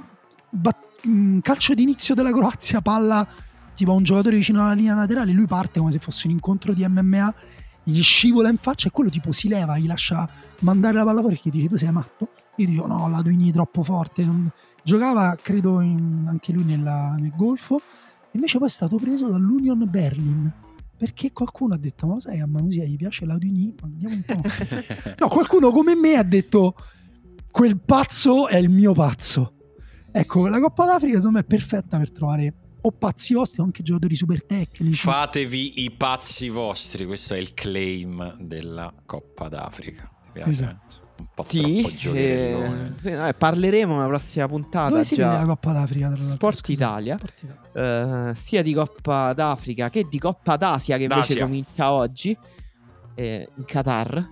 calcio d'inizio della Croazia, palla tipo a un giocatore vicino alla linea laterale, lui parte come se fosse un incontro di MMA, gli scivola in faccia e quello tipo si leva, gli lascia mandare la palla fuori, che dice tu sei matto? Io dico no, la Duini è troppo forte. Giocava credo anche lui nel Golfo, invece poi è stato preso dall'Union Berlin perché qualcuno ha detto ma lo sai, a Manusia gli piace la Duini, andiamo un po'. No, qualcuno come me ha detto quel pazzo è il mio pazzo. Ecco, la Coppa d'Africa secondo me è perfetta per trovare o pazzi vostri o anche giocatori super tecnici. Fatevi i pazzi vostri, questo è il claim della Coppa d'Africa. Esatto. Un po' troppo giocherellone. Parleremo nella prossima puntata. Dove si vede la Coppa d'Africa? Sport Italia. Sia di Coppa d'Africa che di Coppa d'Asia, che invece comincia oggi in Qatar.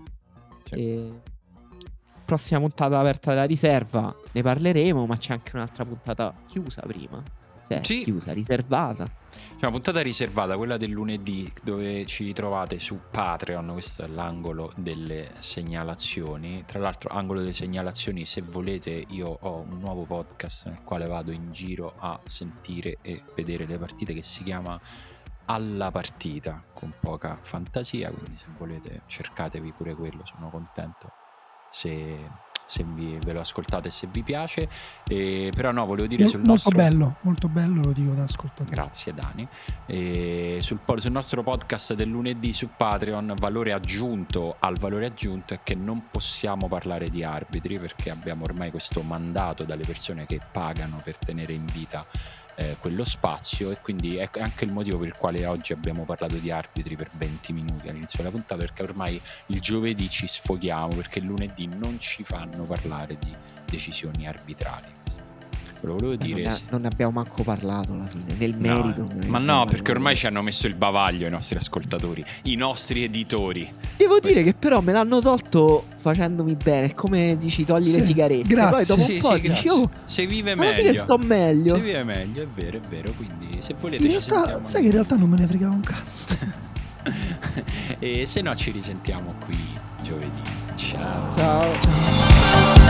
Prossima puntata aperta della riserva, ne parleremo, ma c'è anche un'altra puntata chiusa prima. Chiusa, riservata. C'è una puntata riservata, quella del lunedì, dove ci trovate su Patreon. Questo è l'angolo delle segnalazioni. Tra l'altro, angolo delle segnalazioni, se volete, io ho un nuovo podcast nel quale vado in giro a sentire e vedere le partite, che si chiama Alla Partita, con poca fantasia, quindi se volete cercatevi pure quello, sono contento se ve lo ascoltate, se vi piace. Però no, volevo dire molto bello, lo dico da ascoltatore. Grazie Dani. Sul nostro podcast del lunedì su Patreon, valore aggiunto al valore aggiunto è che non possiamo parlare di arbitri, perché abbiamo ormai questo mandato dalle persone che pagano per tenere in vita quello spazio, e quindi è anche il motivo per il quale oggi abbiamo parlato di arbitri per 20 minuti all'inizio della puntata, perché ormai il giovedì ci sfoghiamo, perché il lunedì non ci fanno parlare di decisioni arbitrali. Lo volevo dire. Non ne abbiamo manco parlato alla fine, nel merito. Ma no, perché ormai ci hanno messo il bavaglio i nostri ascoltatori, i nostri editori. Devo dire che però me l'hanno tolto facendomi bene, è come dici togli le sigarette. Grazie. Poi dopo un po' dici se vive meglio. Alla fine sto meglio. Se vive meglio, è vero, quindi se volete in realtà, sai che in realtà non me ne fregava un cazzo. E se no ci risentiamo qui giovedì. Ciao. Ciao.